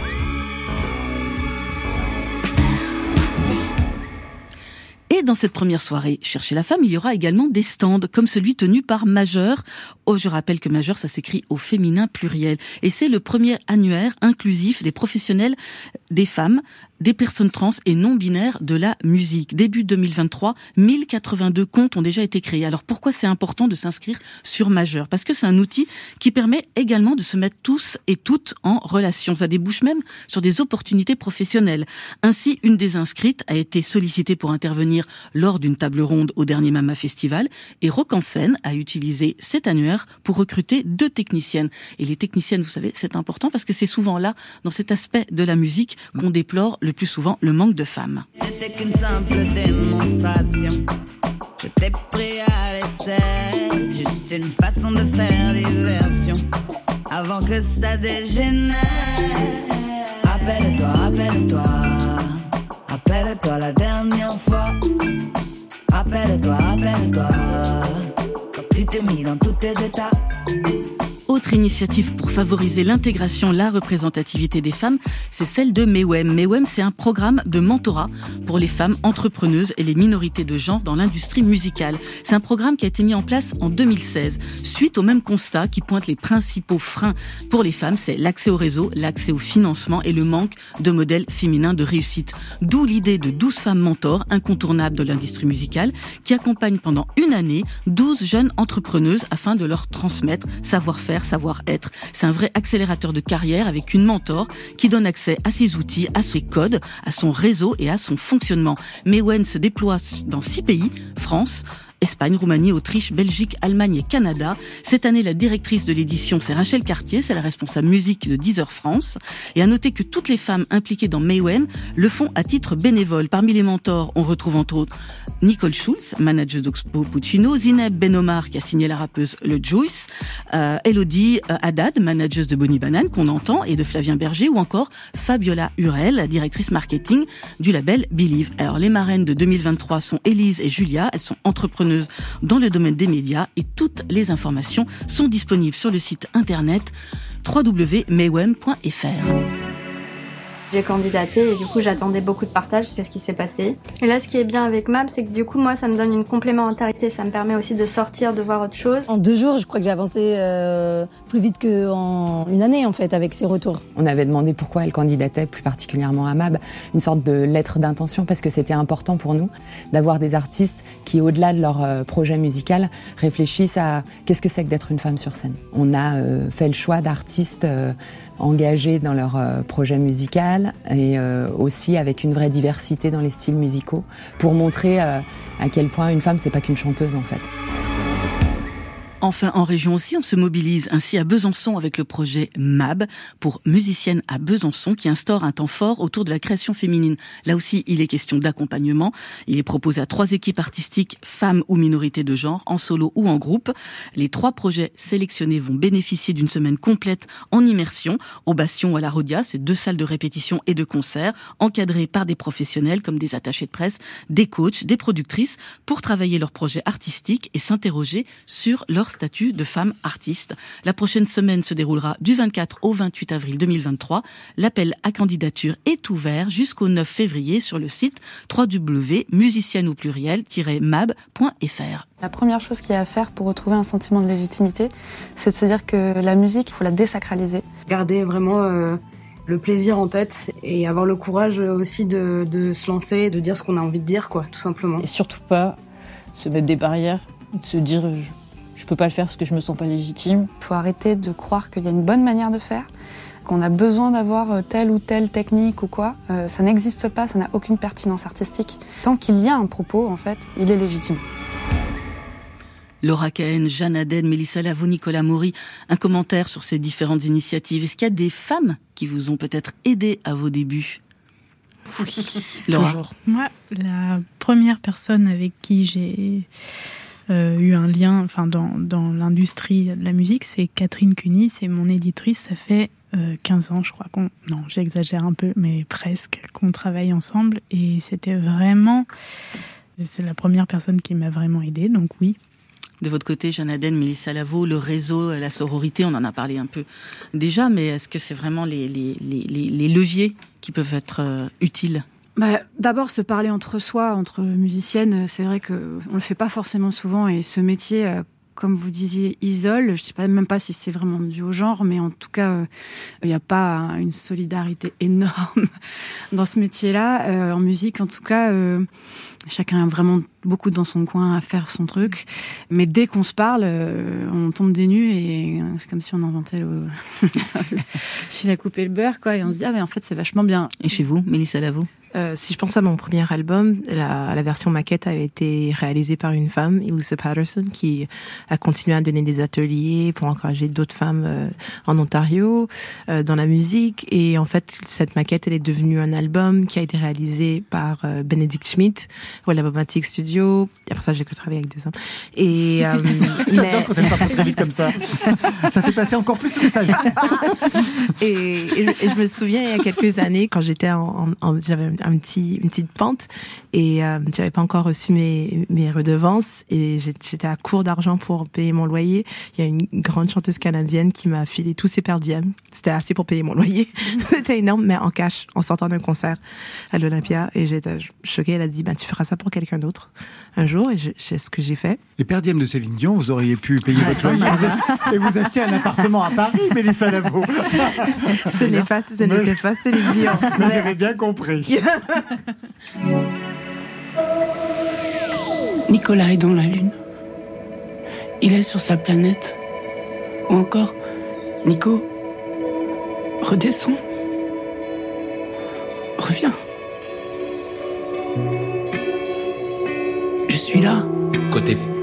Et dans cette première soirée Chercher la femme, il y aura également des stands, comme celui tenu par Majeur. Oh, je rappelle que Majeur, ça s'écrit au féminin pluriel. Et c'est le premier annuaire inclusif des professionnels, des femmes, des personnes trans et non-binaires de la musique. Début deux mille vingt-trois, mille quatre-vingt-deux comptes ont déjà été créés. Alors pourquoi c'est important de s'inscrire sur Majeur ? Parce que c'est un outil qui permet également de se mettre tous et toutes en relation. Ça débouche même sur des opportunités professionnelles. Ainsi, une des inscrites a été sollicitée pour intervenir lors d'une table ronde au dernier Mama Festival, et Rock en scène a utilisé cet annuaire pour recruter deux techniciennes. Et les techniciennes, vous savez, c'est important parce que c'est souvent là, dans cet aspect de la musique, qu'on déplore le plus souvent le manque de femmes. C'était qu'une simple démonstration. J'étais pris à l'essai, juste une façon de faire diversion, avant que ça dégénère. Rappelle-toi, rappelle-toi, rappelle-toi la dernière fois. Rappelle-toi, rappelle-toi, quand tu t'es mis dans tous tes états. Autre initiative pour favoriser l'intégration, la représentativité des femmes, c'est celle de MEWEM. MEWEM, c'est un programme de mentorat pour les femmes entrepreneuses et les minorités de genre dans l'industrie musicale. C'est un programme qui a été mis en place en deux mille seize, suite au même constat qui pointe les principaux freins pour les femmes, c'est l'accès au réseau, l'accès au financement et le manque de modèles féminins de réussite. D'où l'idée de douze femmes mentors incontournables de l'industrie musicale qui accompagnent pendant une année douze jeunes entrepreneuses afin de leur transmettre savoir-faire, savoir-être. C'est un vrai accélérateur de carrière avec une mentor qui donne accès à ses outils, à ses codes, à son réseau et à son fonctionnement. MEWEM se déploie dans six pays, France, Espagne, Roumanie, Autriche, Belgique, Allemagne et Canada. Cette année, la directrice de l'édition, c'est Rachel Cartier, c'est la responsable musique de Deezer France. Et à noter que toutes les femmes impliquées dans Mayhem le font à titre bénévole. Parmi les mentors, on retrouve entre autres Nicole Schulz, manager d'Oxpo Puccino, Zineb Benomar qui a signé la rappeuse Le Juice, euh, Elodie euh, Haddad, manageuse de Bonnie Banane qu'on entend et de Flavien Berger, ou encore Fabiola Hurel, la directrice marketing du label Believe. Alors les marraines de deux mille vingt-trois sont Élise et Julia, elles sont entrepreneuses dans le domaine des médias et toutes les informations sont disponibles sur le site internet w w w point mayhem point f r. J'ai candidaté et du coup j'attendais beaucoup de partage, c'est ce qui s'est passé. Et là ce qui est bien avec M A B, c'est que du coup moi ça me donne une complémentarité, ça me permet aussi de sortir, de voir autre chose. En deux jours je crois que j'ai avancé euh, plus vite qu'en une année en fait avec ces retours. On avait demandé pourquoi elle candidatait plus particulièrement à M A B, une sorte de lettre d'intention parce que c'était important pour nous d'avoir des artistes qui au-delà de leur euh, projet musical réfléchissent à qu'est-ce que c'est que d'être une femme sur scène. On a euh, fait le choix d'artistes euh, engagés dans leur euh, projet musical et euh, aussi avec une vraie diversité dans les styles musicaux pour montrer euh, à quel point une femme c'est pas qu'une chanteuse en fait. Enfin, en région aussi, on se mobilise ainsi à Besançon avec le projet M A B pour Musiciennes à Besançon qui instaure un temps fort autour de la création féminine. Là aussi, il est question d'accompagnement. Il est proposé à trois équipes artistiques, femmes ou minorités de genre, en solo ou en groupe. Les trois projets sélectionnés vont bénéficier d'une semaine complète en immersion au Bastion ou à la Rodia. C'est deux salles de répétition et de concert encadrées par des professionnels comme des attachés de presse, des coachs, des productrices pour travailler leurs projets artistiques et s'interroger sur leur statut de femme artiste. La prochaine semaine se déroulera du vingt-quatre au vingt-huit avril deux mille vingt-trois. L'appel à candidature est ouvert jusqu'au neuf février sur le site w w w point musicienne au pluriel tiret mab point f r. La première chose qu'il y a à faire pour retrouver un sentiment de légitimité, c'est de se dire que la musique, il faut la désacraliser. Garder vraiment euh, le plaisir en tête et avoir le courage aussi de, de se lancer, de dire ce qu'on a envie de dire, quoi, tout simplement. Et surtout pas se mettre des barrières, de se dire... Je... Je peux pas le faire parce que je me sens pas légitime. Il faut arrêter de croire qu'il y a une bonne manière de faire, qu'on a besoin d'avoir telle ou telle technique ou quoi. Euh, ça n'existe pas, ça n'a aucune pertinence artistique. Tant qu'il y a un propos, en fait, il est légitime. Laura Cahen, Jeanne Aden, Mélissa Lavo, Nicolas Maury, un commentaire sur ces différentes initiatives. Est-ce qu'il y a des femmes qui vous ont peut-être aidé à vos débuts ? Oui, Laura. Toujours. Moi, la première personne avec qui j'ai... Euh, eu un lien enfin, dans, dans l'industrie de la musique, c'est Catherine Cuny, c'est mon éditrice, ça fait euh, quinze ans je crois qu'on, non j'exagère un peu, mais presque, qu'on travaille ensemble et c'était vraiment, c'est la première personne qui m'a vraiment aidée, donc oui. De votre côté, Jeanne Aden, Mélissa Lavo, le réseau, la sororité, on en a parlé un peu déjà, mais est-ce que c'est vraiment les, les, les, les leviers qui peuvent être euh, utiles ? Bah, d'abord, se parler entre soi, entre musiciennes, c'est vrai que on le fait pas forcément souvent et ce métier, euh, comme vous disiez, isole. Je sais pas même pas si c'est vraiment dû au genre, mais en tout cas, il euh, n'y a pas hein, une solidarité énorme dans ce métier-là. Euh, en musique, en tout cas, euh, chacun a vraiment beaucoup dans son coin à faire son truc. Mais dès qu'on se parle, euh, on tombe des nues et euh, c'est comme si on inventait le... si la coupé le beurre, quoi. Et on se dit, ah, mais en fait, c'est vachement bien. Et chez vous, Mélissa Lavo ? Euh, si je pense à mon premier album, la, la version maquette a été réalisée par une femme, Elisa Patterson, qui a continué à donner des ateliers pour encourager d'autres femmes euh, en Ontario, euh, dans la musique. Et en fait, cette maquette, elle est devenue un album qui a été réalisé par euh, Benedict Schmidt, au Labomatic Studio. Et après ça, j'ai que travaillé avec des hommes. Et, euh, J'adore mais... quand elle parle très vite comme ça. Ça fait passer encore plus le message. et, et, je, et je me souviens, il y a quelques années, quand j'étais en, en, en j'avais un petit, une petite pente et euh, j'avais pas encore reçu mes, mes redevances et j'étais à court d'argent pour payer mon loyer. Il y a une grande chanteuse canadienne qui m'a filé tous ses per diem. C'était assez pour payer mon loyer. C'était énorme, mais en cash, en sortant d'un concert à l'Olympia. Et j'étais choquée. Elle a dit, ben, tu feras ça pour quelqu'un d'autre un jour. Et c'est ce que j'ai fait. Et per diem de Céline Dion, vous auriez pu payer votre loyer et vous acheter un appartement à Paris, Mélissa Lavo. Ce n'est pas, ce n'était pas Céline Dion. Mais j'avais bien compris. Nicolas est dans la Lune. Il est sur sa planète. Ou encore, Nico, redescends. Reviens. Je suis là. Côté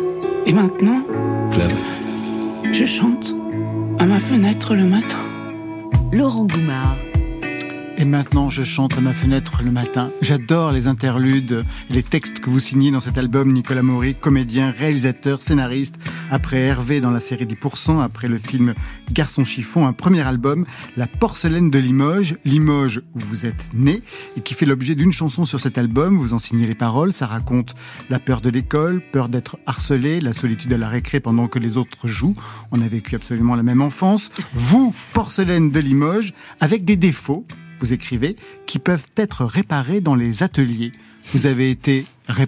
Et maintenant, Club. je chante à ma fenêtre le matin. Laurent Goumard. Et maintenant, je chante à ma fenêtre le matin. J'adore les interludes, les textes que vous signez dans cet album. Nicolas Maury, comédien, réalisateur, scénariste. Après Hervé dans la série dix pour cent, après le film Garçon chiffon, un premier album, La porcelaine de Limoges. Limoges, où vous êtes né, et qui fait l'objet d'une chanson sur cet album. Vous en signez les paroles. Ça raconte la peur de l'école, peur d'être harcelé, la solitude à la récré pendant que les autres jouent. On a vécu absolument la même enfance. Vous, porcelaine de Limoges, avec des défauts, vous écrivez, qui peuvent être réparés dans les ateliers. Vous avez été réparé ?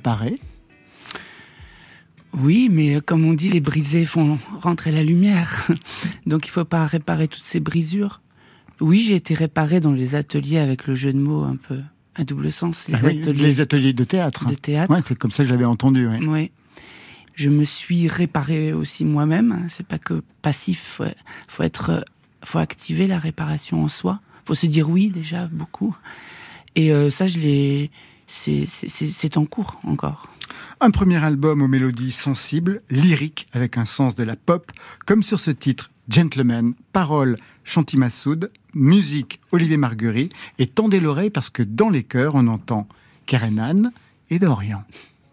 Oui, mais comme on dit, les brisés font rentrer la lumière. Donc il ne faut pas réparer toutes ces brisures. Oui, j'ai été réparé dans les ateliers avec le jeu de mots un peu à double sens. Les, ah oui, ateliers, les ateliers de théâtre. De théâtre. Ouais, c'est comme ça que je l'avais entendu. Ouais. Oui. Je me suis réparé aussi moi-même. C'est pas que passif. Il faut être, faut activer la réparation en soi. Faut se dire oui déjà beaucoup. Et euh, ça, je l'ai. C'est, c'est, c'est, c'est en cours encore. Un premier album aux mélodies sensibles, lyriques, avec un sens de la pop, comme sur ce titre, Gentleman, paroles Chanty Massoud, musique Olivier Marguerite, et tendez l'oreille parce que dans les chœurs, on entend Kerenan et Dorian.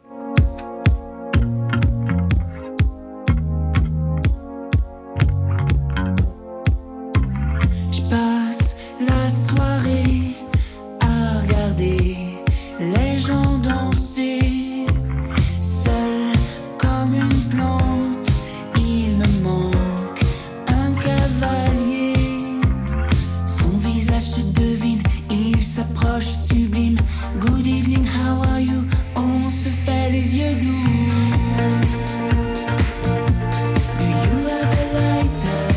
Je passe la soirée à regarder les gens danser, seul comme une plante, il me manque un cavalier. Son visage se devine, il s'approche sublime. Good evening, how are you? On se fait les yeux doux. Do you have a lighter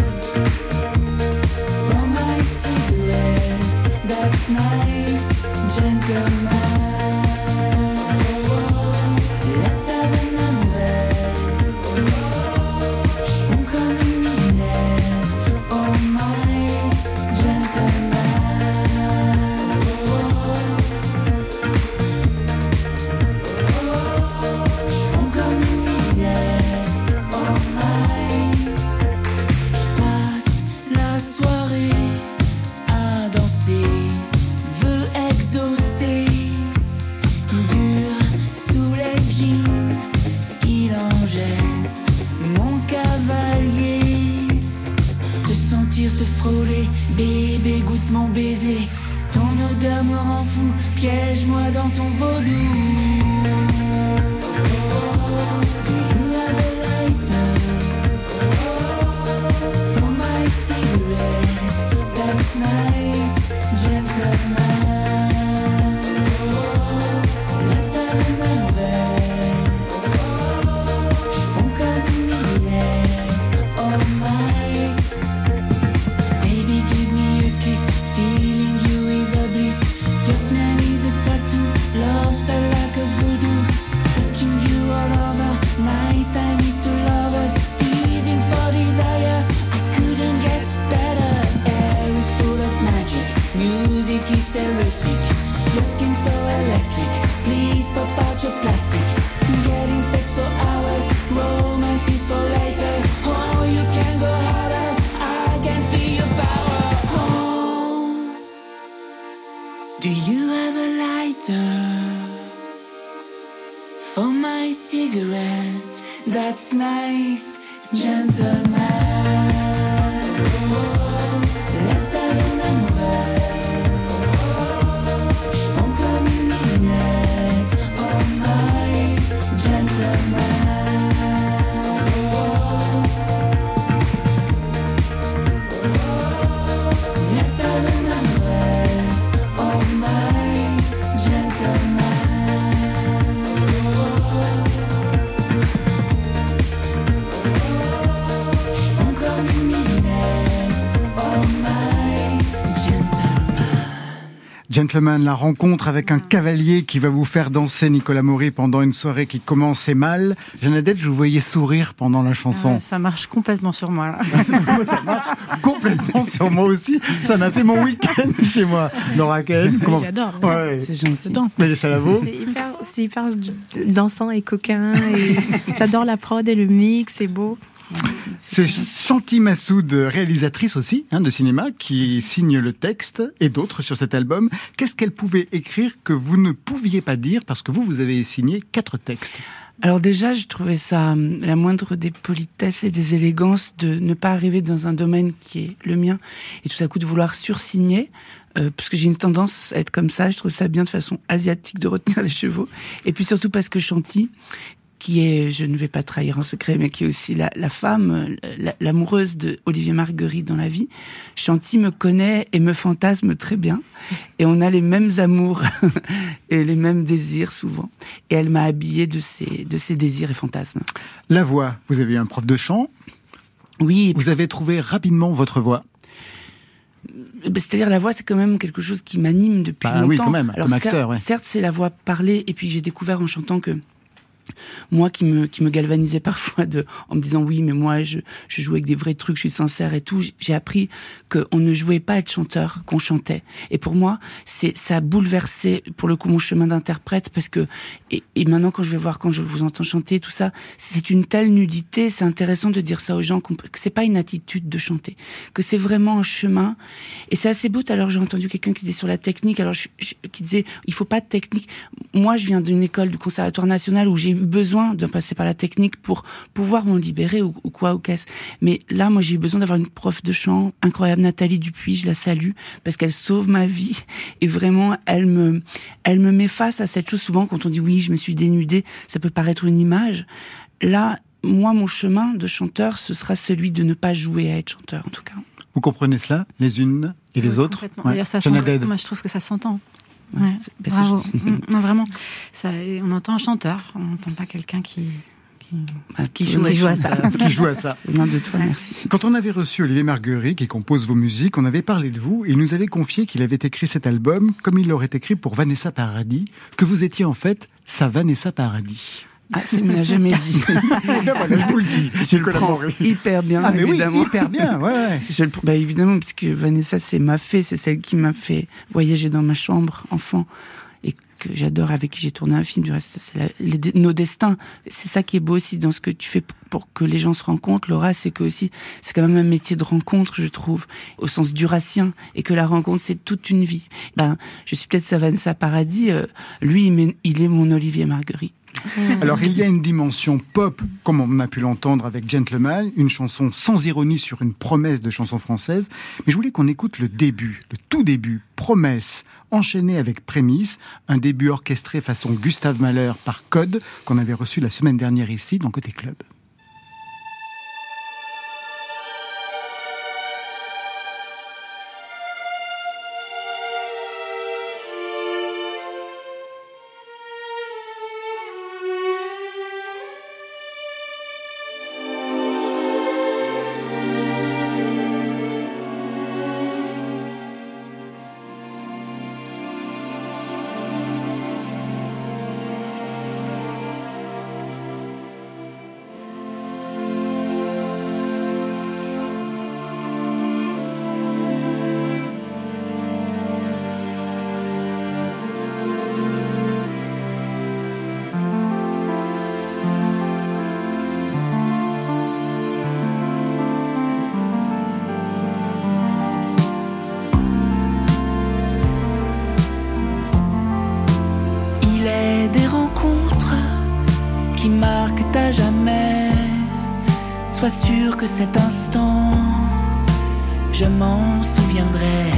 for my cigarette? That's nice, gentleman. Let's have another. J'fonds comme une midinette. Oh my gentleman. J'fonds comme une midinette. Oh my. J'passe la soirée à danser, veux exaucer, dur sous les jeans, ce qu'il en jette, mon cavalier. Te sentir te frôler, bébé goûte mon baiser, ton odeur me rend fou, piège-moi dans ton vaudou. Do you have a lighter for my cigarette? That's nice, gentleman. Let's have another. J'fonds comme une midinette. Oh my. Baby, give me a kiss. Feeling you is a bliss. Your smell is a tattoo. Love spell like a voodoo. Touching you all over. Nighttime is to lovers. Teasing for desire. I couldn't get better. Air is full of magic. Music is terrific. Your skin so electric. Please pop out your plastic. Getting sex for hours. Romance is for later. Oh, you can go harder. I can feel your power. Oh, do you have a lighter for my cigarette? That's nice, gentleman. Let's have another. J'fonds comme une midinette. Oh my gentleman. Let's have another. Oh my gentleman. J'fonds comme une midinette. Gentleman, la rencontre avec un cavalier qui va vous faire danser Nicolas Maury pendant une soirée qui commençait mal. Jeannadette, je vous voyais sourire pendant la chanson. Ouais, ça marche complètement sur moi, là. Ça marche complètement sur moi aussi. Ça m'a fait mon week-end chez moi. Laura Cahen, comment... J'adore. Ouais. C'est gentil. Mais ça la vaut. C'est hyper, c'est hyper dansant et coquin. Et j'adore la prod et le mix, c'est beau. C'est Chanty Massoud, réalisatrice aussi hein, de cinéma, qui signe le texte et d'autres sur cet album. Qu'est-ce qu'elle pouvait écrire que vous ne pouviez pas dire parce que vous, vous avez signé quatre textes? Alors déjà, je trouvais ça la moindre des politesses et des élégances de ne pas arriver dans un domaine qui est le mien et tout à coup de vouloir sursigner. Euh, parce que j'ai une tendance à être comme ça, je trouve ça bien de façon asiatique de retenir les chevaux. Et puis surtout parce que Chanty, qui est, je ne vais pas trahir un secret, mais qui est aussi la, la femme, la, l'amoureuse de Olivier Marguerite dans la vie. Chanty me connaît et me fantasme très bien. Et on a les mêmes amours et les mêmes désirs souvent. Et elle m'a habillée de ses, de ses désirs et fantasmes. La voix, vous avez eu un prof de chant. Oui. Vous avez trouvé rapidement votre voix. C'est-à-dire la voix, c'est quand même quelque chose qui m'anime depuis bah, longtemps. Oui, quand même, Alors, comme acteur. Certes, ouais. certes, c'est la voix parlée. Et puis j'ai découvert en chantant que moi qui me qui me galvanisais parfois de en me disant oui mais moi je je joue avec des vrais trucs, je suis sincère et tout, j'ai appris que on ne jouait pas à être chanteur, qu'on chantait. Et pour moi, c'est ça a bouleversé pour le coup mon chemin d'interprète parce que et, et maintenant quand je vais voir quand je vous entends chanter tout ça, c'est une telle nudité, c'est intéressant de dire ça aux gens que c'est pas une attitude de chanter, que c'est vraiment un chemin et c'est assez beau. Alors j'ai entendu quelqu'un qui disait sur la technique, alors je, je, qui disait il faut pas de technique. Moi je viens d'une école du Conservatoire national où j'ai eu besoin de passer par la technique pour pouvoir m'en libérer ou, ou quoi ou qu'est-ce. Mais là, moi, j'ai eu besoin d'avoir une prof de chant incroyable, Nathalie Dupuis, je la salue parce qu'elle sauve ma vie et vraiment, elle me, elle me met face à cette chose. Souvent, quand on dit oui, je me suis dénudée, ça peut paraître une image. Là, moi, mon chemin de chanteur, ce sera celui de ne pas jouer à être chanteur, en tout cas. Vous comprenez cela, les unes et les oui, autres? Ouais. D'ailleurs, ça moi, je trouve que ça s'entend. Ouais, ouais, bravo. Non, vraiment. Ça, on entend un chanteur, on n'entend pas quelqu'un qui, qui, bah, qui, joue, qui joue à ça. Qui joue à ça. Non, de toi, ouais. Merci. Quand on avait reçu Olivier Marguerite, qui compose vos musiques, on avait parlé de vous et il nous avait confié qu'il avait écrit cet album comme il l'aurait écrit pour Vanessa Paradis, que vous étiez en fait sa Vanessa Paradis. Ah, ça ne me l'a jamais dit. Voilà, je vous le dis. Je le prends hyper bien, ah, mais évidemment. Oui, hyper bien, ouais, ouais. Je le, bah, évidemment, parce que Vanessa, c'est ma fée, c'est celle qui m'a fait voyager dans ma chambre, enfant, et que j'adore, avec qui j'ai tourné un film. Du reste, c'est la, les, nos destins. C'est ça qui est beau aussi dans ce que tu fais pour, pour que les gens se rencontrent, Laura, c'est que aussi, c'est quand même un métier de rencontre, je trouve, au sens durassien, et que la rencontre, c'est toute une vie. Ben, je suis peut-être sa Vanessa Paradis, euh, lui, il, il est mon Olivier Marguerite. Alors il y a une dimension pop, comme on a pu l'entendre avec Gentleman, une chanson sans ironie sur une promesse de chanson française. Mais je voulais qu'on écoute le début, le tout début, promesse, enchaînée avec prémisse, un début orchestré façon Gustave Mahler par Code, qu'on avait reçu la semaine dernière ici dans Côté Club. Sois sûr que cet instant, je m'en souviendrai.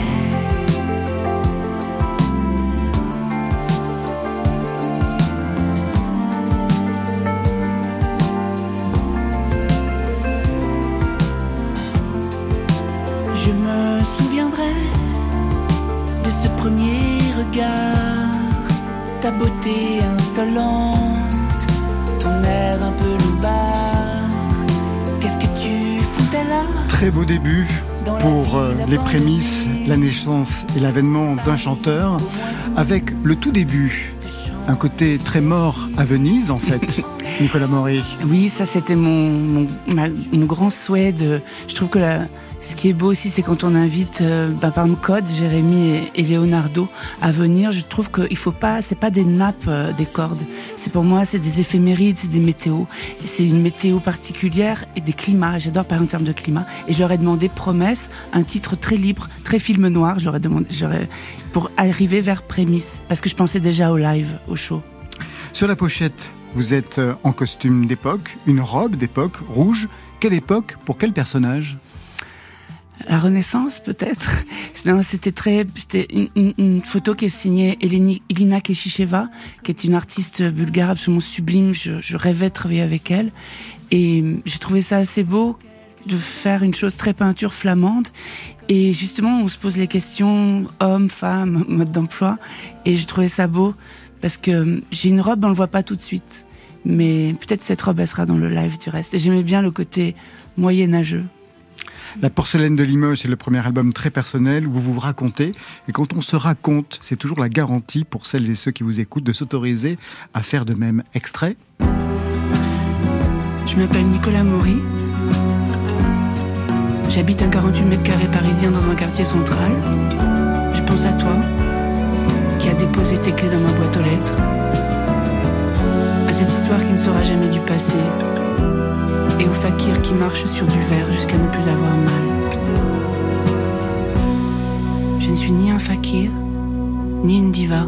Je me souviendrai de ce premier regard, ta beauté insolente, ton air un peu loupard. Qu'est-ce que tu foutais là ? Très beau début, pour euh, les prémices, la naissance et l'avènement d'un chanteur, avec le tout début, un côté très mort à Venise en fait. Nicolas Maury. Oui, ça c'était mon, mon, ma, mon grand souhait. De, je trouve que la, ce qui est beau aussi, c'est quand on invite, euh, bah, par exemple, Code, Jérémy et, et Leonardo à venir. Je trouve qu'il faut pas, c'est pas des nappes, euh, des cordes. C'est pour moi, c'est des éphémérides, c'est des météos. C'est une météo particulière et des climats. J'adore parler en termes de climat. Et je leur ai demandé Promesse, un titre très libre, très film noir. Je leur ai demandé, j'aurais, pour arriver vers Prémisse, parce que je pensais déjà au live, au show. Sur la pochette, vous êtes en costume d'époque, une robe d'époque, rouge. Quelle époque, pour quel personnage ? La Renaissance, peut-être. Non, c'était très, c'était une, une, une photo qui est signée Eleni, Elina Keshicheva, qui est une artiste bulgare absolument sublime. Je, je rêvais de travailler avec elle. Et j'ai trouvé ça assez beau de faire une chose très peinture flamande. Et justement, on se pose les questions hommes, femmes, mode d'emploi. Et j'ai trouvé ça beau parce que j'ai une robe, on le voit pas tout de suite. Mais peut-être cette robe, elle sera dans le live du reste. Et j'aimais bien le côté moyenâgeux. La Porcelaine de Limoges, c'est le premier album très personnel où vous vous racontez. Et quand on se raconte, c'est toujours la garantie pour celles et ceux qui vous écoutent de s'autoriser à faire de même. Extrait. Je m'appelle Nicolas Maury. J'habite un quarante-huit mètres carrés parisien dans un quartier central. Je pense à toi, qui a déposé tes clés dans ma boîte aux lettres. À cette histoire qui ne sera jamais du passé. Et au fakir qui marche sur du verre jusqu'à ne plus avoir mal. Je ne suis ni un fakir, ni une diva.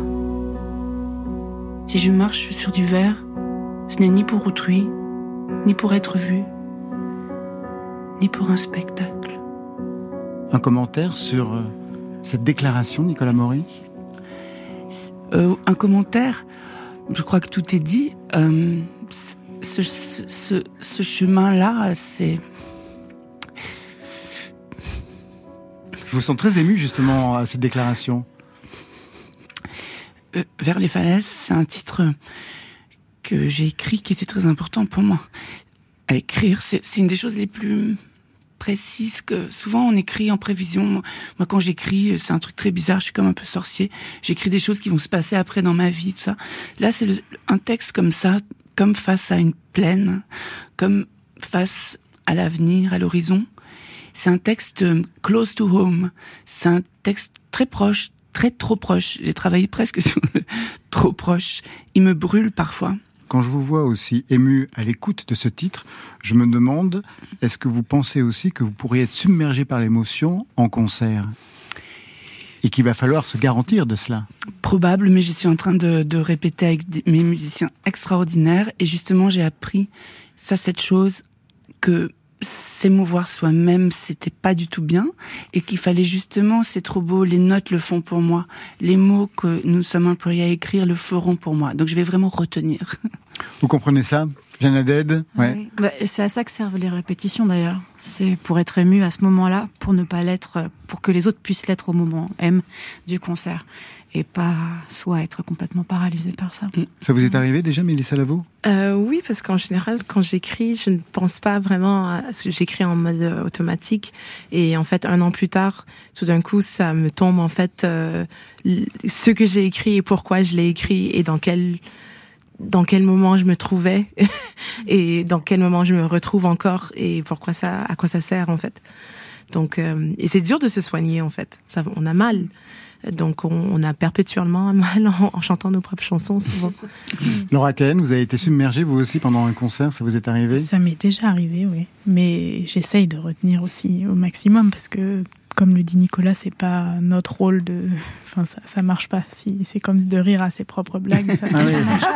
Si je marche sur du verre, ce n'est ni pour autrui, ni pour être vu, ni pour un spectacle. Un commentaire sur euh, cette déclaration, Nicolas Maury ? euh, Un commentaire, je crois que tout est dit. Euh, Ce, ce, ce, ce chemin-là, c'est... Je vous sens très ému, justement, à cette déclaration. Euh, Vers les falaises, c'est un titre que j'ai écrit qui était très important pour moi. À écrire, c'est, c'est une des choses les plus précises que... Souvent, on écrit en prévision. Moi, quand j'écris, c'est un truc très bizarre, je suis comme un peu sorcier. J'écris des choses qui vont se passer après dans ma vie, tout ça. Là, c'est le, un texte comme ça, comme face à une plaine, comme face à l'avenir, à l'horizon. C'est un texte close to home. C'est un texte très proche, très trop proche. J'ai travaillé presque sur le trop proche. Il me brûle parfois. Quand je vous vois aussi ému à l'écoute de ce titre, je me demande, est-ce que vous pensez aussi que vous pourriez être submergé par l'émotion en concert ? Et qu'il va falloir se garantir de cela. Probable, mais je suis en train de, de répéter avec des, mes musiciens extraordinaires. Et justement, j'ai appris ça, cette chose, que s'émouvoir soi-même, c'était pas du tout bien. Et qu'il fallait justement, c'est trop beau, les notes le font pour moi. Les mots que nous sommes employés à écrire le feront pour moi. Donc je vais vraiment retenir. Vous comprenez ça ? Jeanne Haddad, ouais. Oui. Bah, c'est à ça que servent les répétitions d'ailleurs. C'est pour être ému à ce moment-là, pour ne pas l'être, pour que les autres puissent l'être au moment M du concert. Et pas soit être complètement paralysé par ça. Ça vous est arrivé déjà, Mélissa Lavo ? euh, Oui, parce qu'en général, quand j'écris, je ne pense pas vraiment à... J'écris en mode automatique. Et en fait, un an plus tard, tout d'un coup, ça me tombe en fait euh, ce que j'ai écrit et pourquoi je l'ai écrit et dans quel... dans quel moment je me trouvais et dans quel moment je me retrouve encore et pourquoi ça, à quoi ça sert en fait. Donc, euh, et c'est dur de se soigner en fait. Ça, on a mal. Donc on, on a perpétuellement mal en, en chantant nos propres chansons souvent. Laura Kahn, vous avez été submergée vous aussi pendant un concert, ça vous est arrivé ? Ça m'est déjà arrivé, oui. Mais j'essaye de retenir aussi au maximum parce que, comme le dit Nicolas, c'est pas notre rôle de... Enfin, ça, ça marche pas. Si, c'est comme de rire à ses propres blagues. Ça, ah oui. ça marche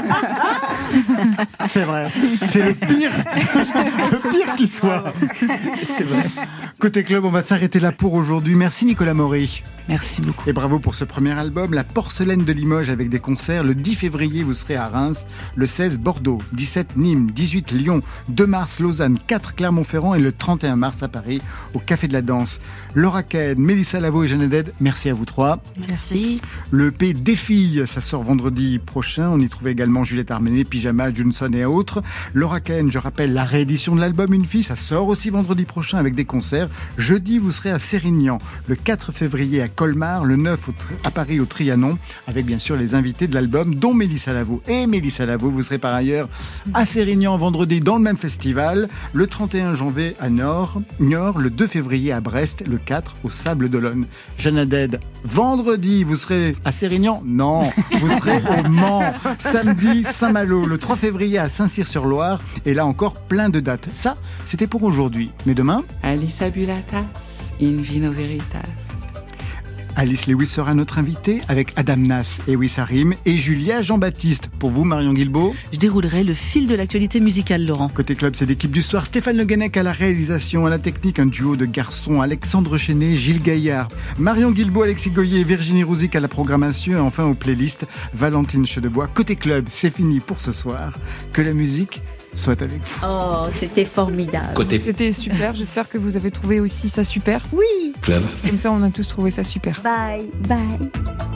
pas. C'est vrai. C'est le pire. Le pire qui soit. C'est vrai. Côté club, on va s'arrêter là pour aujourd'hui. Merci Nicolas Maury. Merci beaucoup. Et bravo pour ce premier album, La Porcelaine de Limoges, avec des concerts. Le dix février, vous serez à Reims. Le seize, Bordeaux. dix-sept, Nîmes. dix-huit, Lyon. deux mars, Lausanne. quatre, Clermont-Ferrand. Et le trente et un mars, à Paris, au Café de la Danse. Laura Cahen, Mélissa Lavo et Jeanne Haddad, merci à vous trois. Merci. Le E P Des filles, ça sort vendredi prochain. On y trouvait également Juliette Armanet, Pyjama, Johnson et autres. Laura Cahen, je rappelle, la réédition de l'album Une fille, ça sort aussi vendredi prochain avec des concerts. Jeudi, vous serez à Sérignan. Le quatre février à Colmar. Le neuf à Paris au Trianon. Avec bien sûr les invités de l'album, dont Mélissa Lavo. Et Mélissa Lavo, vous serez par ailleurs à Sérignan vendredi dans le même festival. Le trente et un janvier à Niort. Niort, le deux février à Brest. Le quatre au Sable d'Olonne. Jeanne Haddad, vendredi, vous serez à Sérignan? Non, vous serez au Mans. Samedi, Saint-Malo. Le trois février à Saint-Cyr-sur-Loire. Et là encore, plein de dates. Ça, c'était pour aujourd'hui. Mais demain, Alice Abulatas, In Vino Veritas. Alice Lewis sera notre invitée avec Adam Nass et Wissarim et Julia Jean-Baptiste. Pour vous, Marion Guilbault, je déroulerai le fil de l'actualité musicale, Laurent. Côté club, c'est l'équipe du soir. Stéphane Le Guenec à la réalisation, à la technique, un duo de garçons. Alexandre Chenet, Gilles Gaillard. Marion Guilbault, Alexis Goyer, Virginie Rouzic à la programmation. Et enfin aux playlists, Valentine Chedebois. Côté club, c'est fini pour ce soir. Que la musique soit avec vous. Oh, c'était formidable. Côté... C'était super, j'espère que vous avez trouvé aussi ça super. Oui. Club. Comme ça, on a tous trouvé ça super. Bye, bye.